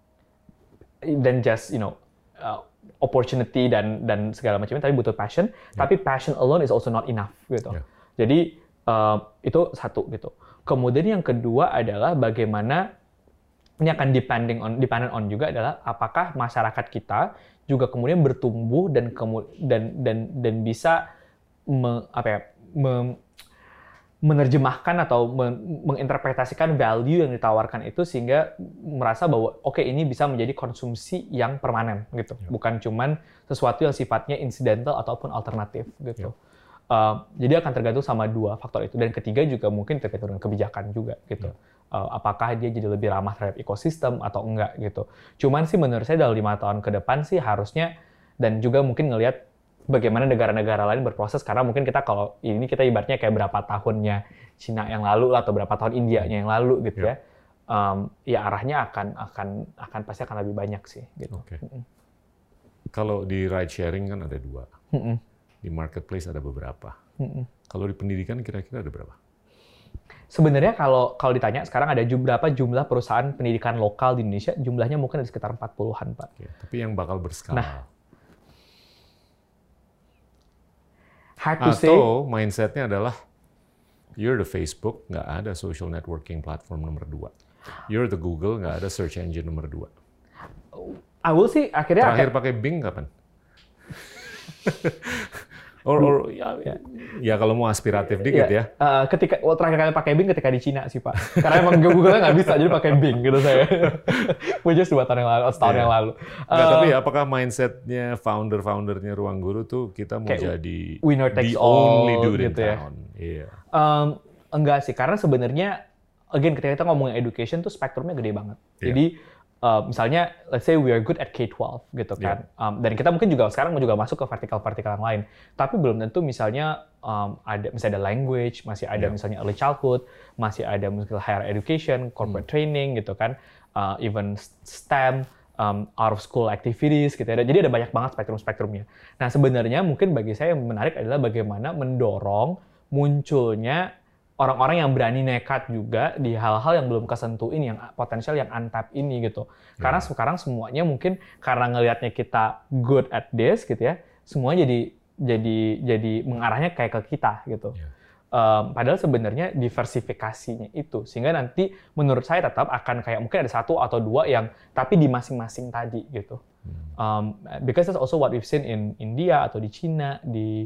opportunity dan segala macamnya, tapi butuh passion. Tapi passion alone is also not enough gitu. Jadi itu satu gitu. Kemudian yang kedua adalah bagaimana ini akan dependent on juga adalah apakah masyarakat kita juga kemudian bertumbuh dan bisa menerjemahkan atau menginterpretasikan value yang ditawarkan itu sehingga merasa bahwa oke, ini bisa menjadi konsumsi yang permanen gitu, bukan cuman sesuatu yang sifatnya incidental ataupun alternatif gitu. Jadi akan tergantung sama dua faktor itu, dan ketiga juga mungkin tergantung dengan kebijakan juga gitu. Apakah dia jadi lebih ramah terhadap ekosistem atau enggak gitu. Cuman sih menurut saya dalam 5 tahun ke depan sih harusnya, dan juga mungkin ngelihat bagaimana negara-negara lain berproses, karena mungkin kita kalau ini kita ibaratnya kayak berapa tahunnya Cina yang lalu atau berapa tahun Indianya yang lalu gitu ya. Ya arahnya akan pasti akan lebih banyak sih gitu. Okay. Kalau di ride sharing kan ada 2. Di marketplace ada beberapa. Kalau di pendidikan kira-kira ada berapa? Sebenarnya kalau ditanya sekarang ada berapa jumlah perusahaan pendidikan lokal di Indonesia, jumlahnya mungkin ada sekitar 40-an, Pak. Oke, tapi yang bakal berskala. Nah, hard to say. Atau mindset-nya adalah you're the Facebook, nggak ada social networking platform nomor 2. You're the Google, nggak ada search engine nomor 2. I will see akhirnya terakhir pakai Bing kapan? Ya kalau mau aspiratif dikit ya. Terakhir kali pakai Bing ketika di Cina sih, Pak. Karena emang Google-nya nggak bisa, jadi pakai Bing gitu saya. Just 2 tahun yang lalu, setahun yang lalu. Tapi apakah mindset-nya founder-foundernya Ruang Guru tuh kita mau jadi winner takes the all only dude in gitu town? Ya? Enggak sih, karena sebenarnya again ketika kita ngomongin education tuh spektrumnya gede banget. Jadi misalnya, let's say we are good at K-12 gitu kan, dan kita mungkin juga sekarang mau juga masuk ke vertikal-vertikal yang lain, tapi belum tentu misalnya ada language, masih ada misalnya early childhood, masih ada mungkin higher education, corporate training gitu kan, even STEM, out of school activities gitu ya. Jadi ada banyak banget spektrum-spektrumnya. Nah sebenarnya mungkin bagi saya yang menarik adalah bagaimana mendorong munculnya orang-orang yang berani nekat juga di hal-hal yang belum kesentuh ini, yang potensial, yang untapped ini gitu. Karena sekarang semuanya mungkin karena ngelihatnya kita good at this gitu ya, semuanya jadi mengarahnya kayak ke kita gitu. Padahal sebenarnya diversifikasinya itu, sehingga nanti menurut saya tetap akan kayak mungkin ada 1 atau 2 yang tapi di masing-masing tadi gitu. Because that's also what we've seen in India atau di China,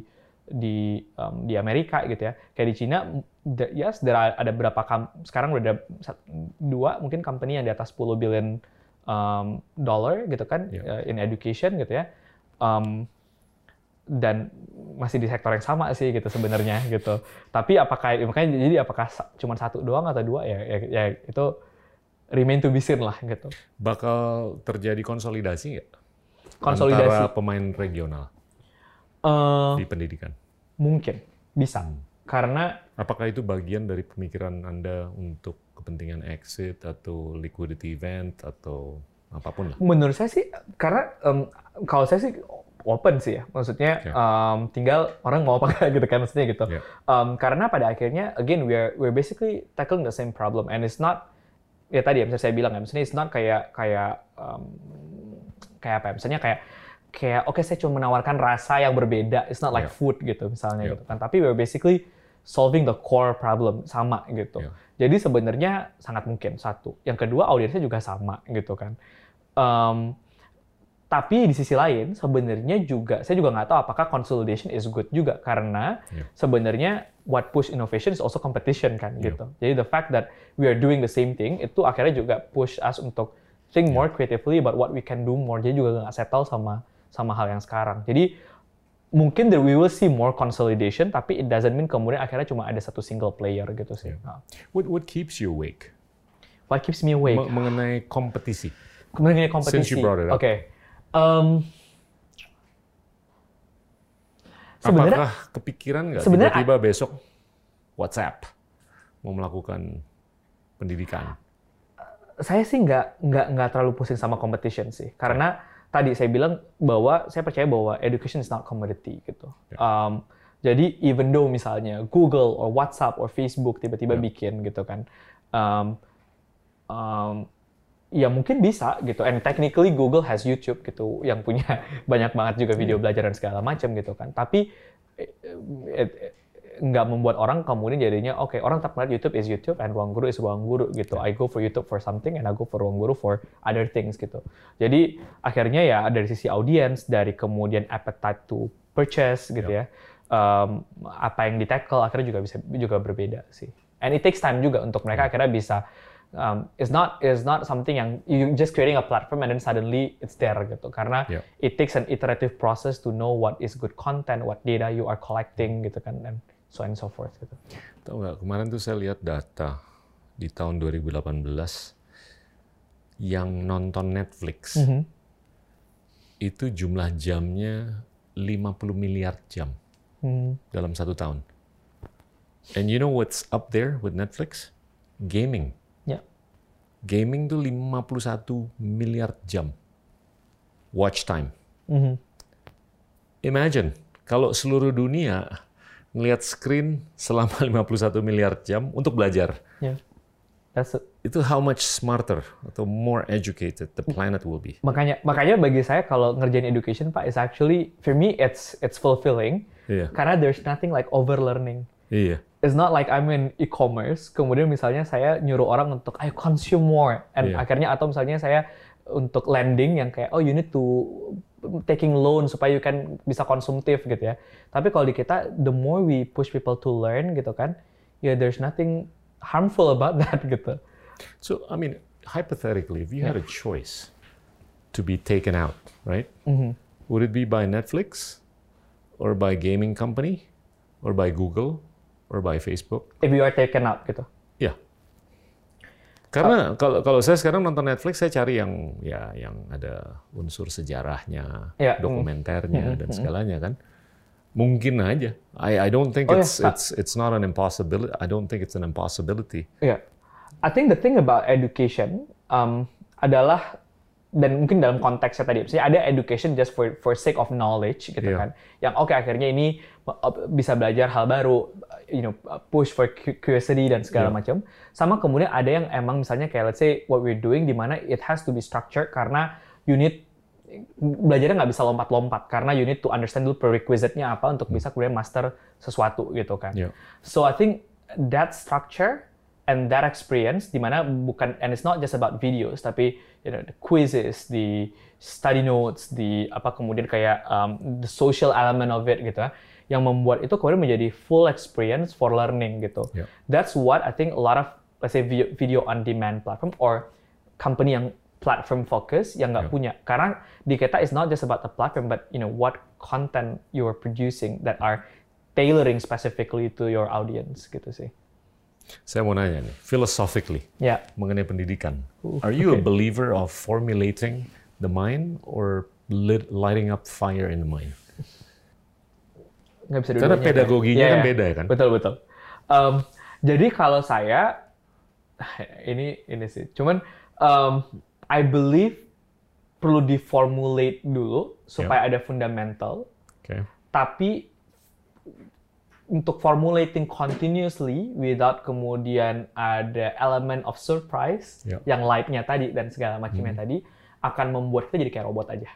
di Amerika gitu ya. Kayak di Cina, ada berapa sekarang udah ada 2 mungkin company yang di atas $10 billion gitu kan, in education gitu ya. Dan masih di sektor yang sama sih gitu sebenarnya gitu. Tapi apakah cuma 1 doang atau 2 ya itu remain to be seen lah gitu. Bakal terjadi konsolidasi nggak? Konsolidasi Antara pemain regional di pendidikan? Mungkin. Bisa. Karena apakah itu bagian dari pemikiran Anda untuk kepentingan exit atau liquidity event atau apapun lah? menurut saya sih, karena kalau saya sih open sih ya. Maksudnya tinggal orang mau apa gitu kan, maksudnya gitu. Yeah. Karena pada akhirnya, again, we're basically tackling the same problem. And it's not, ya tadi ya, misalnya saya bilang ya, misalnya it's not kayak apa ya, misalnya kayak oke, saya cuma menawarkan rasa yang berbeda, it's not like food gitu misalnya gitu kan, tapi we're basically solving the core problem sama gitu. Jadi sebenarnya sangat mungkin satu. Yang kedua, audiensnya juga sama gitu kan. Tapi di sisi lain sebenarnya juga saya juga nggak tahu apakah consolidation is good juga, karena sebenarnya what push innovation is also competition kan gitu. Jadi the fact that we are doing the same thing itu akhirnya juga push us untuk think more creatively about what we can do more. Jadi juga nggak settle sama hal yang sekarang. Jadi mungkin that we will see more consolidation, tapi it doesn't mean kemudian akhirnya cuma ada satu single player gitu sih. What keeps you awake? What keeps me awake? Mengenai kompetisi. Mengenai kompetisi. Since you brought it up. Okay. Apakah kepikiran nggak tiba-tiba besok WhatsApp mau melakukan pendidikan? Saya sih nggak terlalu pusing sama competition sih, karena tadi saya bilang bahwa saya percaya bahwa education is not commodity gitu. Jadi even though misalnya Google or WhatsApp or Facebook tiba-tiba bikin gitu kan, ya mungkin bisa gitu. And technically Google has YouTube gitu, yang punya banyak banget juga video belajar dan segala macam gitu kan. Tapi nggak membuat orang kemudian jadinya oke, orang tak melihat YouTube is YouTube and Ruang Guru is Ruang Guru gitu. I go for YouTube for something and I go for Ruang Guru for other things gitu. Jadi akhirnya ya dari sisi audience, dari kemudian appetite to purchase gitu ya, apa yang di-tackle akhirnya juga berbeda sih. And it takes time juga untuk mereka akhirnya bisa. It's not something yang you just creating a platform and then suddenly it's there gitu, karena it takes an iterative process to know what is good content, what data you are collecting gitu kan, and so on and so forth gitu. Tahu nggak, kemarin tuh saya lihat data di tahun 2018 yang nonton Netflix itu jumlah jamnya 50 miliar jam dalam 1 tahun. And you know what's up there with Netflix? Gaming. Gaming tuh 51 miliar jam watch time. Imagine kalau seluruh dunia ngelihat screen selama 51 miliar jam untuk belajar. Itu how much smarter atau more educated the planet will be. Makanya bagi saya kalau ngerjain education, Pak, is actually for me it's fulfilling. Karena there's nothing like overlearning. It's not like I'm in e-commerce, kemudian misalnya saya nyuruh orang untuk ayo consume more, and akhirnya atau misalnya saya untuk lending yang kayak you need to taking loan supaya you can bisa konsumtif gitu ya. Tapi kalau di kita, the more we push people to learn gitu kan, there's nothing harmful about that gitu. So I mean, hypothetically, if you had a choice to be taken out, right? Would it be by Netflix, or by gaming company, or by Google? Or by Facebook. If you are taken out gitu. Ya. Karena kalau saya sekarang nonton Netflix, saya cari yang ada unsur sejarahnya, dokumenternya dan segalanya kan. Mungkin aja. I don't think it's not an impossibility. I don't think it's an impossibility. I think the thing about education adalah, dan mungkin dalam konteksnya tadi, misalnya ada education just for sake of knowledge gitu kan, yang akhirnya ini bisa belajar hal baru, push for curiosity dan segala macam. Sama kemudian ada yang emang misalnya kayak let's say what we're doing, di mana it has to be structured karena you need belajarnya nggak bisa lompat-lompat, karena you need to understand dulu prerequisite-nya apa untuk bisa kemudian master sesuatu gitu kan. So I think that structure and that experience, di mana bukan, and it's not just about videos, tapi the quizzes, the study notes, kemudian kayak the social element of it gitu, yang membuat itu kemudian menjadi full experience for learning gitu. That's what I think a lot of, let's say, video on demand platform or company yang platform focus yang nggak punya, karena di kita it's not just about the platform, but what content you are producing that are tailoring specifically to your audience gitu sih. Saya mau nanya nih, philosophically, mengenai pendidikan. Are you a believer of formulating the mind or lighting up fire in the mind? nggak bisa Karena dua-duanya. pedagoginya kan beda ya kan? Betul. Jadi kalau saya ini sih. Cuman I believe perlu diformulate dulu supaya ada fundamental. Okay. Tapi untuk formulating continuously without kemudian ada element of surprise yang light-nya tadi dan segala macamnya tadi akan membuat kita jadi kayak robot aja.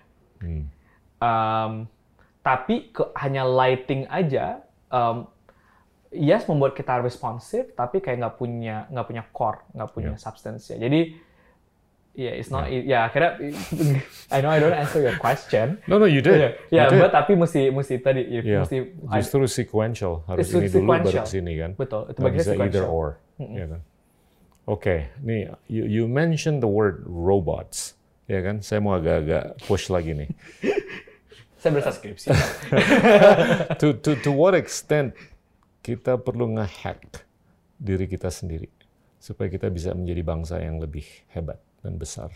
Tapi hanya lighting aja, yes membuat kita responsif, tapi kayak nggak punya core, nggak punya substance ya. Jadi it's not. Akhirnya I know I don't answer your question. No, you did. But tapi mesti tadi. Mesti justru sequential. Harus ini dulu baru kesini kan. Betul. Itu bisa either or. Ya kan. Oke, nih you mentioned the word robots. Ya kan, saya mau agak-agak push lagi nih. Saya berasa skripsi. To what extent kita perlu nge-hack diri kita sendiri supaya kita bisa menjadi bangsa yang lebih hebat dan besar.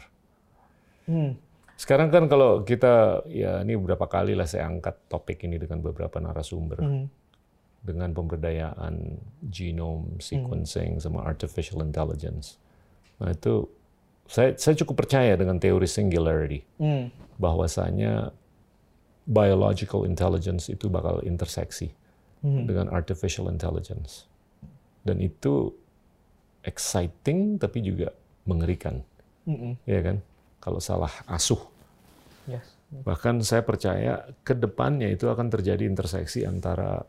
Sekarang kan kalau kita, ya ini beberapa kali lah saya angkat topik ini dengan beberapa narasumber. Dengan pemberdayaan genome sequencing sama artificial intelligence. Nah itu, saya cukup percaya dengan teori singularity. Bahwasanya biological intelligence itu bakal interseksi dengan artificial intelligence. Dan itu exciting tapi juga mengerikan. Ya kan? Kalau salah asuh. Yes. Bahkan saya percaya ke depannya itu akan terjadi interseksi antara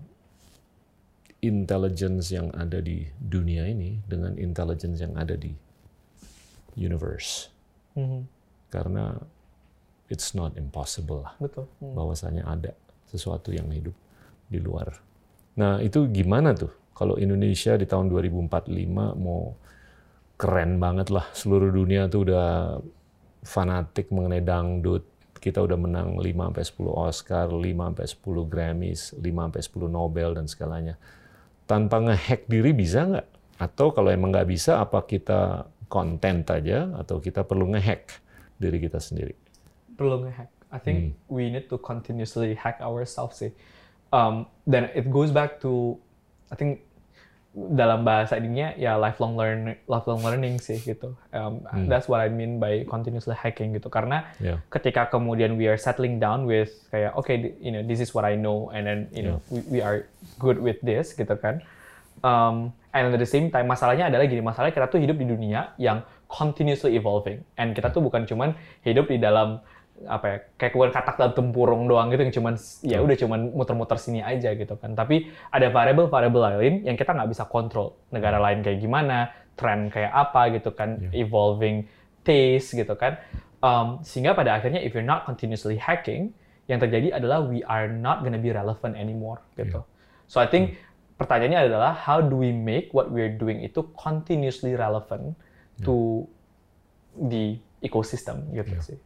intelligence yang ada di dunia ini dengan intelligence yang ada di universe. Karena it's not impossible lah. Betul. Bahwasanya ada sesuatu yang hidup di luar. Nah, itu gimana tuh? Kalau Indonesia di tahun 2045 mau keren banget lah. Seluruh dunia tuh udah fanatik mengenai dangdut. Kita udah menang 5-10 Oscar, 5-10 Grammys, 5-10 Nobel, dan segalanya. Tanpa nge-hack diri bisa nggak? Atau kalau emang nggak bisa, apa kita content aja? Atau kita perlu nge-hack diri kita sendiri? Perlu nge-hack. I think we need to continuously hack ourselves sih. Dan it goes back to, I think, dalam bahasa ininya ya lifelong learning sih gitu. That's what I mean by continuously hacking gitu. Karena ketika kemudian we are settling down with kayak okay, this is what I know, and then we are good with this gitu kan. And at the same time masalahnya adalah gini, masalahnya kita tuh hidup di dunia yang continuously evolving, and kita tuh bukan cuman hidup di dalam kayak keluar katak dalam tempurung doang gitu yang cuman muter-muter sini aja gitu kan. Tapi ada variabel-variabel lain yang kita nggak bisa kontrol. Negara lain kayak gimana, tren kayak apa gitu kan, evolving taste gitu kan. Sehingga pada akhirnya if you're not continuously hacking, yang terjadi adalah we are not gonna be relevant anymore gitu. So I think pertanyaannya adalah how do we make what we're doing itu continuously relevant to the ecosystem gitu sih.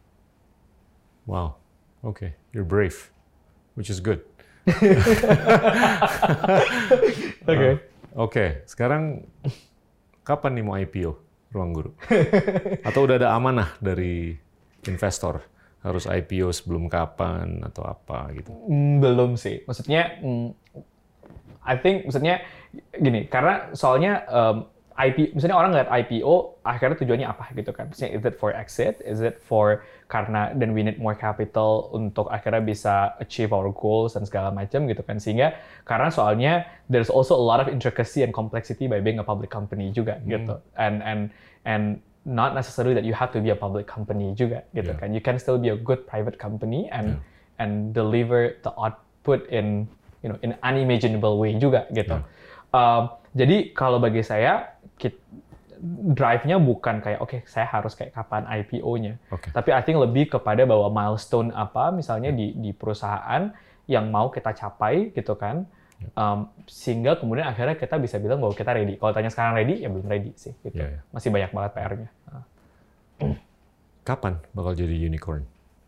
Wow, okay, you're brave, which is good. Oke, sekarang kapan nih mau IPO Ruang Guru? Atau udah ada amanah dari investor? Harus IPO sebelum kapan atau apa gitu? Belum sih, maksudnya, I think, maksudnya gini, karena soalnya misalnya orang ngeliat IPO, akhirnya tujuannya apa gitu kan? Misalnya, is it for exit? Is it for karena then we need more capital untuk akhirnya bisa achieve our goals dan segala macam gitu kan? Sehingga karena soalnya there's also a lot of intricacy and complexity by being a public company juga gitu. And not necessarily that you have to be a public company juga gitu kan? You can still be a good private company and deliver the output in in unimaginable way juga gitu. Jadi kalau bagi saya drive-nya bukan kayak oke, saya harus kayak kapan IPO-nya. Tapi I think lebih kepada bahwa milestone apa misalnya di perusahaan yang mau kita capai gitu kan. Sehingga kemudian akhirnya kita bisa bilang bahwa kita ready. Kalau tanya sekarang ready, ya belum ready sih gitu. Masih banyak banget PR-nya. Kapan bakal jadi unicorn?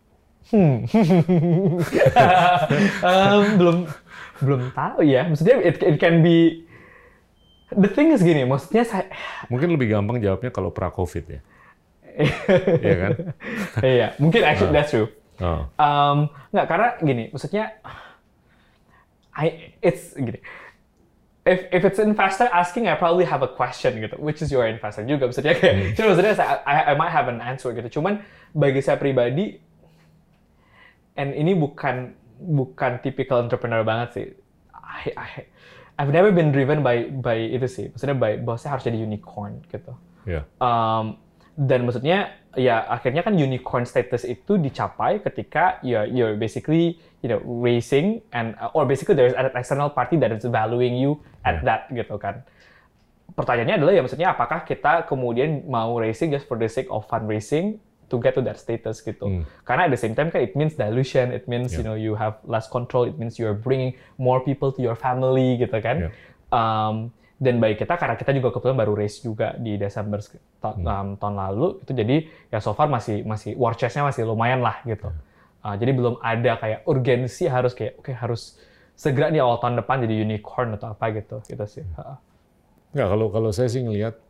Belum tahu ya. Maksudnya it can be. The thing is gini, maksudnya saya mungkin lebih gampang jawabnya kalau pra-COVID ya. Iya kan? Iya, mungkin actually that's true. Nggak, karena gini, maksudnya It's gini. If it's investor asking, I probably have a question gitu, which is your investor juga. Maksudnya kayak, maksudnya I might have an answer gitu. Cuman bagi saya pribadi, and ini bukan typical entrepreneur banget sih. I've never been driven by itu sih. Maksudnya bahwasanya harus jadi unicorn gitu. Yeah. Dan maksudnya ya akhirnya kan unicorn status itu dicapai ketika you're basically raising or basically there's an external party that is valuing you at that gitu kan. Pertanyaannya adalah ya maksudnya apakah kita kemudian mau raising just for the sake of fundraising to get to that status gitu. Karena at the same time kan it means dilution, it means you have less control, it means you're bringing more people to your family gitu kan. Dan bagi kita, karena kita juga kebetulan baru raise juga di Desember tahun lalu, itu jadi ya so far masih war chest-nya masih lumayan lah gitu. Jadi belum ada kayak urgensi harus kayak harus segera nih awal tahun depan jadi unicorn atau apa gitu sih. Nggak, kalau saya sih ngelihat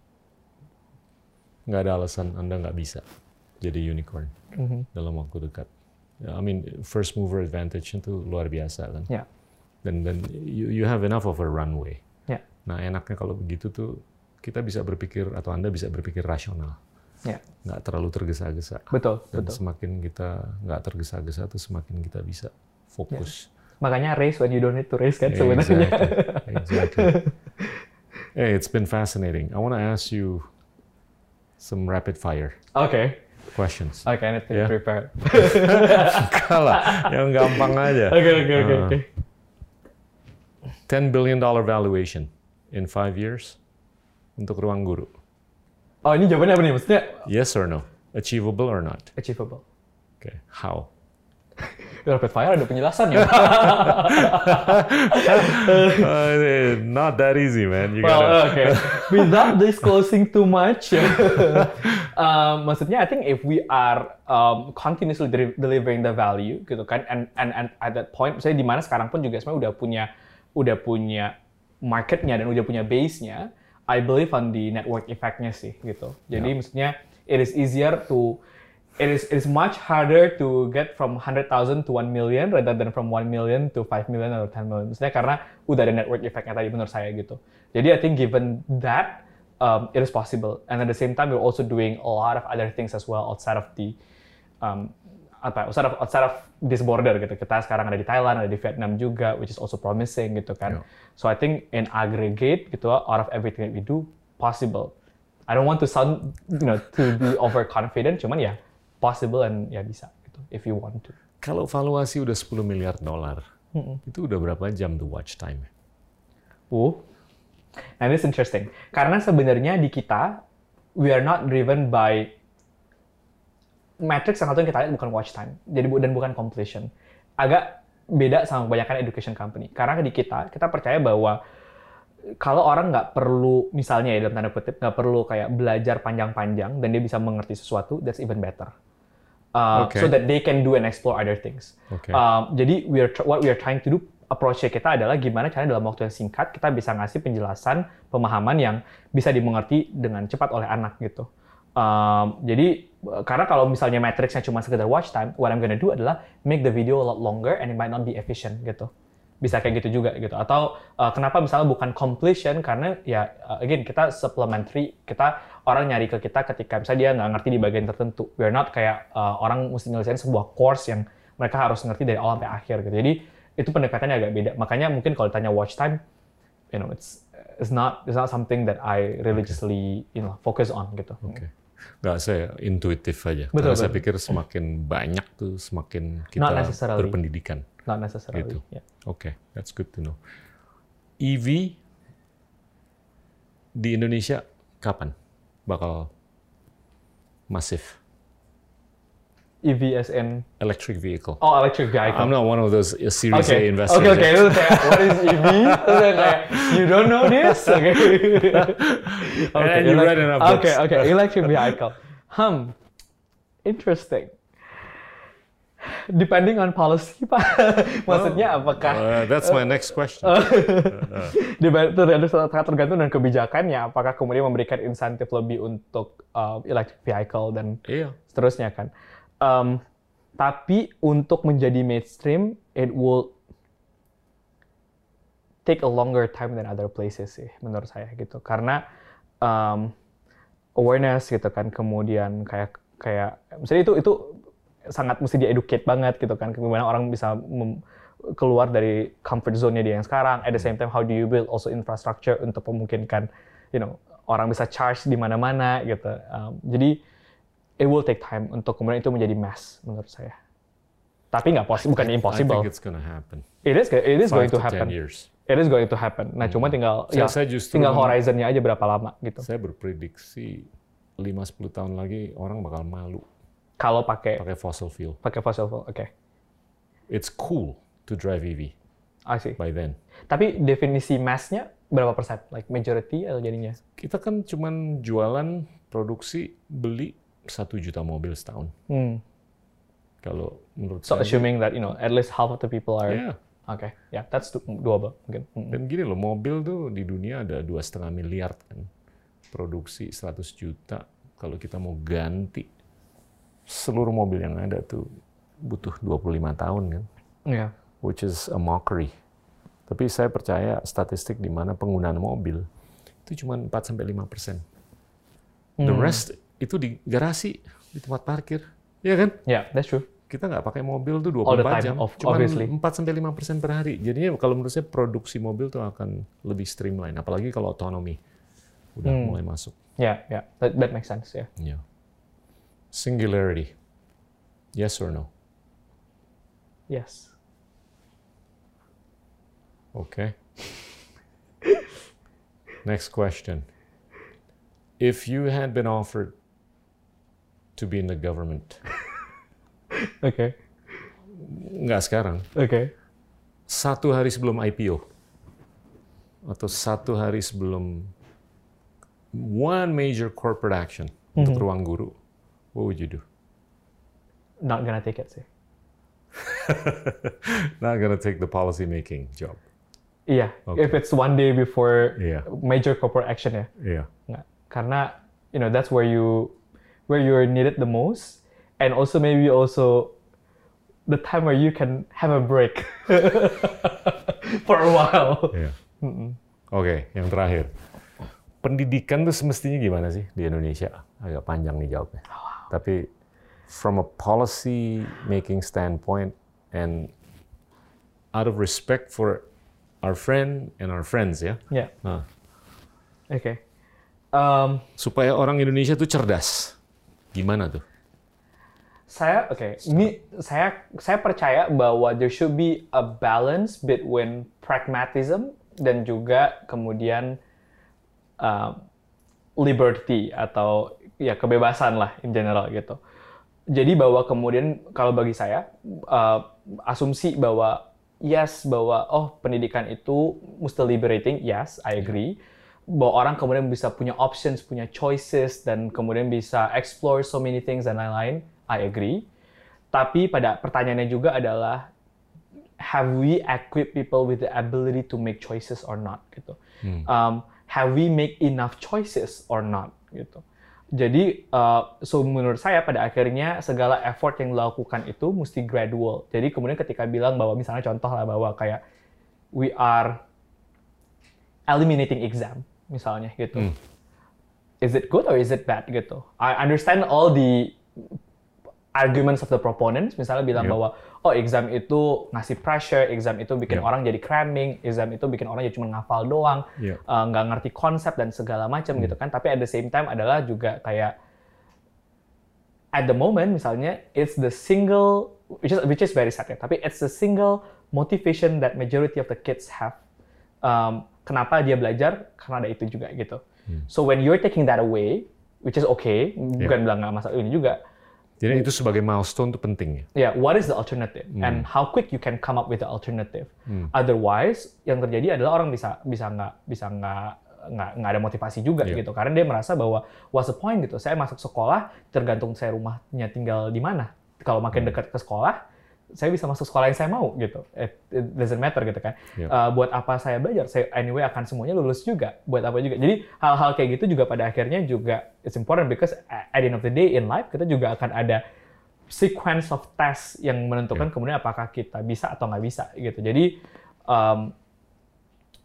nggak ada alasan Anda nggak bisa jadi unicorn dalam waktu dekat. I mean first mover advantage itu luar biasa kan. Yeah. Dan you have enough of a runway. Yeah. Nah, enaknya kalau begitu tuh kita bisa berpikir atau Anda bisa berpikir rasional. Yeah. Nggak terlalu tergesa-gesa. Betul. Semakin kita nggak tergesa-gesa tuh semakin kita bisa fokus. Yeah. Makanya raise when you don't need to raise kan sebenarnya. Exactly. Hey, it's been fascinating. I want to ask you some rapid fire. Okay. Questions. Okay, I need to prepare. Enggak lah, yang gampang aja. Okay. $10 billion valuation in 5 years untuk Ruang Guru. Oh, ini jawabannya apa nih? Maksudnya? Yes or no? Achievable or not? Achievable. Okay. How? Rapid fire ada penjelasannya. Not that easy, man. Okay. Without disclosing too much. Maksudnya, I think if we are continuously delivering the value, gitu kan, and at that point, misalnya di mana sekarang pun juga sebenarnya udah punya marketnya dan udah punya base-nya, I believe on the network effect-nya sih, gitu. Jadi maksudnya, it is much harder to get from 100,000 to 1 million rather than from 1 million to 5 million atau 10 million. Maksudnya karena udah ada network effect-nya tadi menurut saya gitu. Jadi I think given that, it is possible. And at the same time, we're also doing a lot of other things as well outside of the outside of this border gitu. Kita sekarang ada di Thailand, ada di Vietnam juga, which is also promising gitu kan. So I think in aggregate gitu, out of everything that we do, possible. I don't want to sound to be overconfident, cuman ya possible and ya bisa gitu if you want to. Kalau valuasi udah $10 miliar, itu udah berapa jam tuh watch time? Nah, this is interesting. Karena sebenarnya di kita, we are not driven by metrics yang satu yang kita lihat bukan watch time, jadi dan bukan completion. Agak beda sama kebanyakan education company. Karena di kita percaya bahwa kalau orang nggak perlu, misalnya ya dalam tanda kutip, nggak perlu kayak belajar panjang-panjang dan dia bisa mengerti sesuatu, that's even better. So that they can do and explore other things. Jadi what we are trying to do, approach kita adalah gimana caranya dalam waktu yang singkat kita bisa ngasih penjelasan, pemahaman yang bisa dimengerti dengan cepat oleh anak gitu. Jadi karena kalau misalnya matrixnya cuma sekedar watch time, what I'm gonna do adalah make the video a lot longer and it might not be efficient gitu. Bisa kayak gitu juga gitu. Atau kenapa misalnya bukan completion, karena ya again kita supplementary, kita orang nyari ke kita ketika misalnya dia nggak ngerti di bagian tertentu. We're not kayak orang mesti nyelesain sebuah course yang mereka harus ngerti dari awal sampai akhir gitu. Jadi itu pendekatannya agak beda. Makanya mungkin kalau ditanya watch time, it's not something that I religiously focus on gitu. Nggak, saya intuitif aja. Betul, karena saya pikir semakin banyak tuh semakin kita berpendidikan. Not necessarily. Gitu. Yeah. Okay, that's good to know. EV di Indonesia kapan bakal masif? EV as in? Electric vehicle. Oh, electric vehicle. I'm not one of those Series A investors. Okay. Lu kayak, what is EV? Kayak, you don't know this? Okay. And you read enough books. Okay. Electric vehicle. Interesting. Depending on policy, Pak. Maksudnya apakah... that's my next question. Tergantung dengan kebijakannya, apakah kemudian memberikan insentif lebih untuk electric vehicle dan seterusnya kan. Tapi untuk menjadi mainstream, it will take a longer time than other places sih menurut saya gitu. Karena awareness gitu kan, kemudian kayak misalnya itu sangat mesti di-educate banget gitu kan, gimana orang bisa keluar dari comfort zone-nya dia yang sekarang. At the same time, how do you build also infrastructure untuk memungkinkan, orang bisa charge di mana-mana gitu. Jadi it will take time untuk kemudian itu menjadi mass menurut saya. Tapi bukan impossible. I think it's gonna happen. It is going to 5 to 10 happen. years. It is going to happen. Nah, cuma tinggal tinggal horizon-nya aja berapa lama gitu. Saya berprediksi 5-10 tahun lagi orang bakal malu kalau pakai fossil fuel. Pakai fossil fuel, oke. It's cool to drive EV. I see. By then. Tapi definisi mass-nya berapa persen? Like majority atau jadinya? Kita kan cuman jualan, produksi, beli 1 juta mobil setahun. Kalau menurut saya. So assuming that at least half of the people are. Yeah. Okay, yeah, that's doable mungkin. Dan gini loh, mobil tuh di dunia ada 2,5 miliar kan. Produksi 100 juta. Kalau kita mau ganti seluruh mobil yang ada tuh butuh 25 tahun kan. Yeah. Which is a mockery. Tapi saya percaya statistik di mana penggunaan mobil itu cuma 4-5%. The rest itu di garasi, di tempat parkir. Iya kan? Yeah, that's true. Kita nggak pakai mobil tuh 24 jam, cuma 4-5% per hari. Jadinya kalau menurut saya produksi mobil tuh akan lebih streamline, apalagi kalau otonomi udah mulai masuk. Yeah, that makes sense, ya. Yeah. Yeah. Singularity, yes or no? Yes. Okay. Next question. If you had been offered to be in the government. Okay. Nggak sekarang. Okay. 1 hari sebelum IPO atau 1 hari sebelum one major corporate action untuk Ruang Guru, what would you do? Not gonna take it sih. Not gonna take the policy making job. Iya. Okay. If it's one day before major corporate action ya. Iya. Nggak. Karena that's where you're needed the most. And also maybe the time where you can have a break for a while. Yeah. Oke, yang terakhir. Pendidikan tuh semestinya gimana sih di Indonesia? Agak panjang nih jawabnya. Tapi from a policy making standpoint and out of respect for our friend and our friends ya. Yeah. Oke. Supaya orang Indonesia tuh cerdas. Gimana tuh? Saya percaya bahwa there should be a balance between pragmatism dan juga kemudian liberty atau ya kebebasan lah in general gitu. Jadi bahwa kemudian kalau bagi saya asumsi bahwa pendidikan itu mesti liberating, yes, I agree. Bahwa orang kemudian bisa punya options, punya choices, dan kemudian bisa explore so many things dan lain-lain, I agree. Tapi pada pertanyaannya juga adalah, have we equipped people with the ability to make choices or not? Gitu. Have we make enough choices or not? Gitu. Jadi, menurut saya pada akhirnya segala effort yang dilakukan itu mesti gradual. Jadi kemudian ketika bilang bahwa misalnya contoh lah bahwa kayak we are eliminating exam misalnya gitu. Is it good or is it bad gitu? I understand all the arguments of the proponents, misalnya bilang bahwa exam itu ngasih pressure, exam itu bikin orang jadi cramming, exam itu bikin orang jadi cuma ngafal doang, nggak ngerti konsep dan segala macam gitu kan. Tapi at the same time adalah juga kayak at the moment misalnya it's the single, which is very sad ya, tapi it's the single motivation that majority of the kids have. Kenapa dia belajar? Karena ada itu juga gitu. So when you're taking that away, which is okay, bukan bilang nggak masalah ini juga. Jadi itu sebagai milestone itu penting ya? Yeah, what is the alternative? And how quick you can come up with the alternative? Otherwise, yang terjadi adalah orang bisa nggak ada motivasi juga gitu. Karena dia merasa bahwa what's the point gitu? Saya masuk sekolah tergantung saya rumahnya tinggal di mana. Kalau makin dekat ke sekolah, saya bisa masuk sekolah yang saya mau gitu. It doesn't matter gitu kan. Buat apa saya belajar? Saya anyway akan semuanya lulus juga. Buat apa juga? Jadi hal-hal kayak gitu juga pada akhirnya juga it's important because at the end of the day in life kita juga akan ada sequence of tests yang menentukan kemudian apakah kita bisa atau nggak bisa gitu. Jadi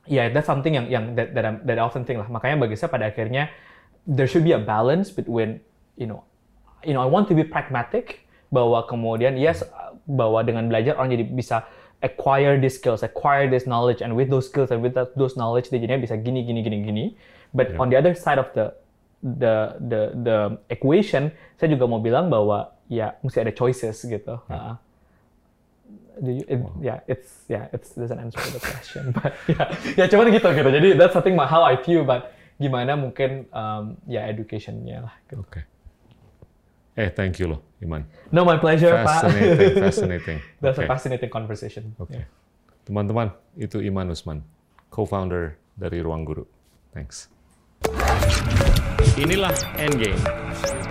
yeah, that's something that I often think lah. Makanya bagi saya pada akhirnya there should be a balance between you know I want to be pragmatic bahwa kemudian yes bahwa dengan belajar orang jadi bisa acquire these skills, acquire this knowledge, and with those skills and with those knowledge dia jadinya bisa gini. But on the other side of the equation, saya juga mau bilang bahwa ya mesti ada choices gitu. It doesn't answer the question, but cuman gitu. Jadi that's something how I view, but gimana mungkin education-nya lah. Gitu. Okay. Thank you loh, Iman. No, my pleasure, Fascinating. That's a fascinating conversation. Okay. Teman-teman, itu Iman Usman, co-founder dari Ruang Guru. Thanks. Inilah Endgame.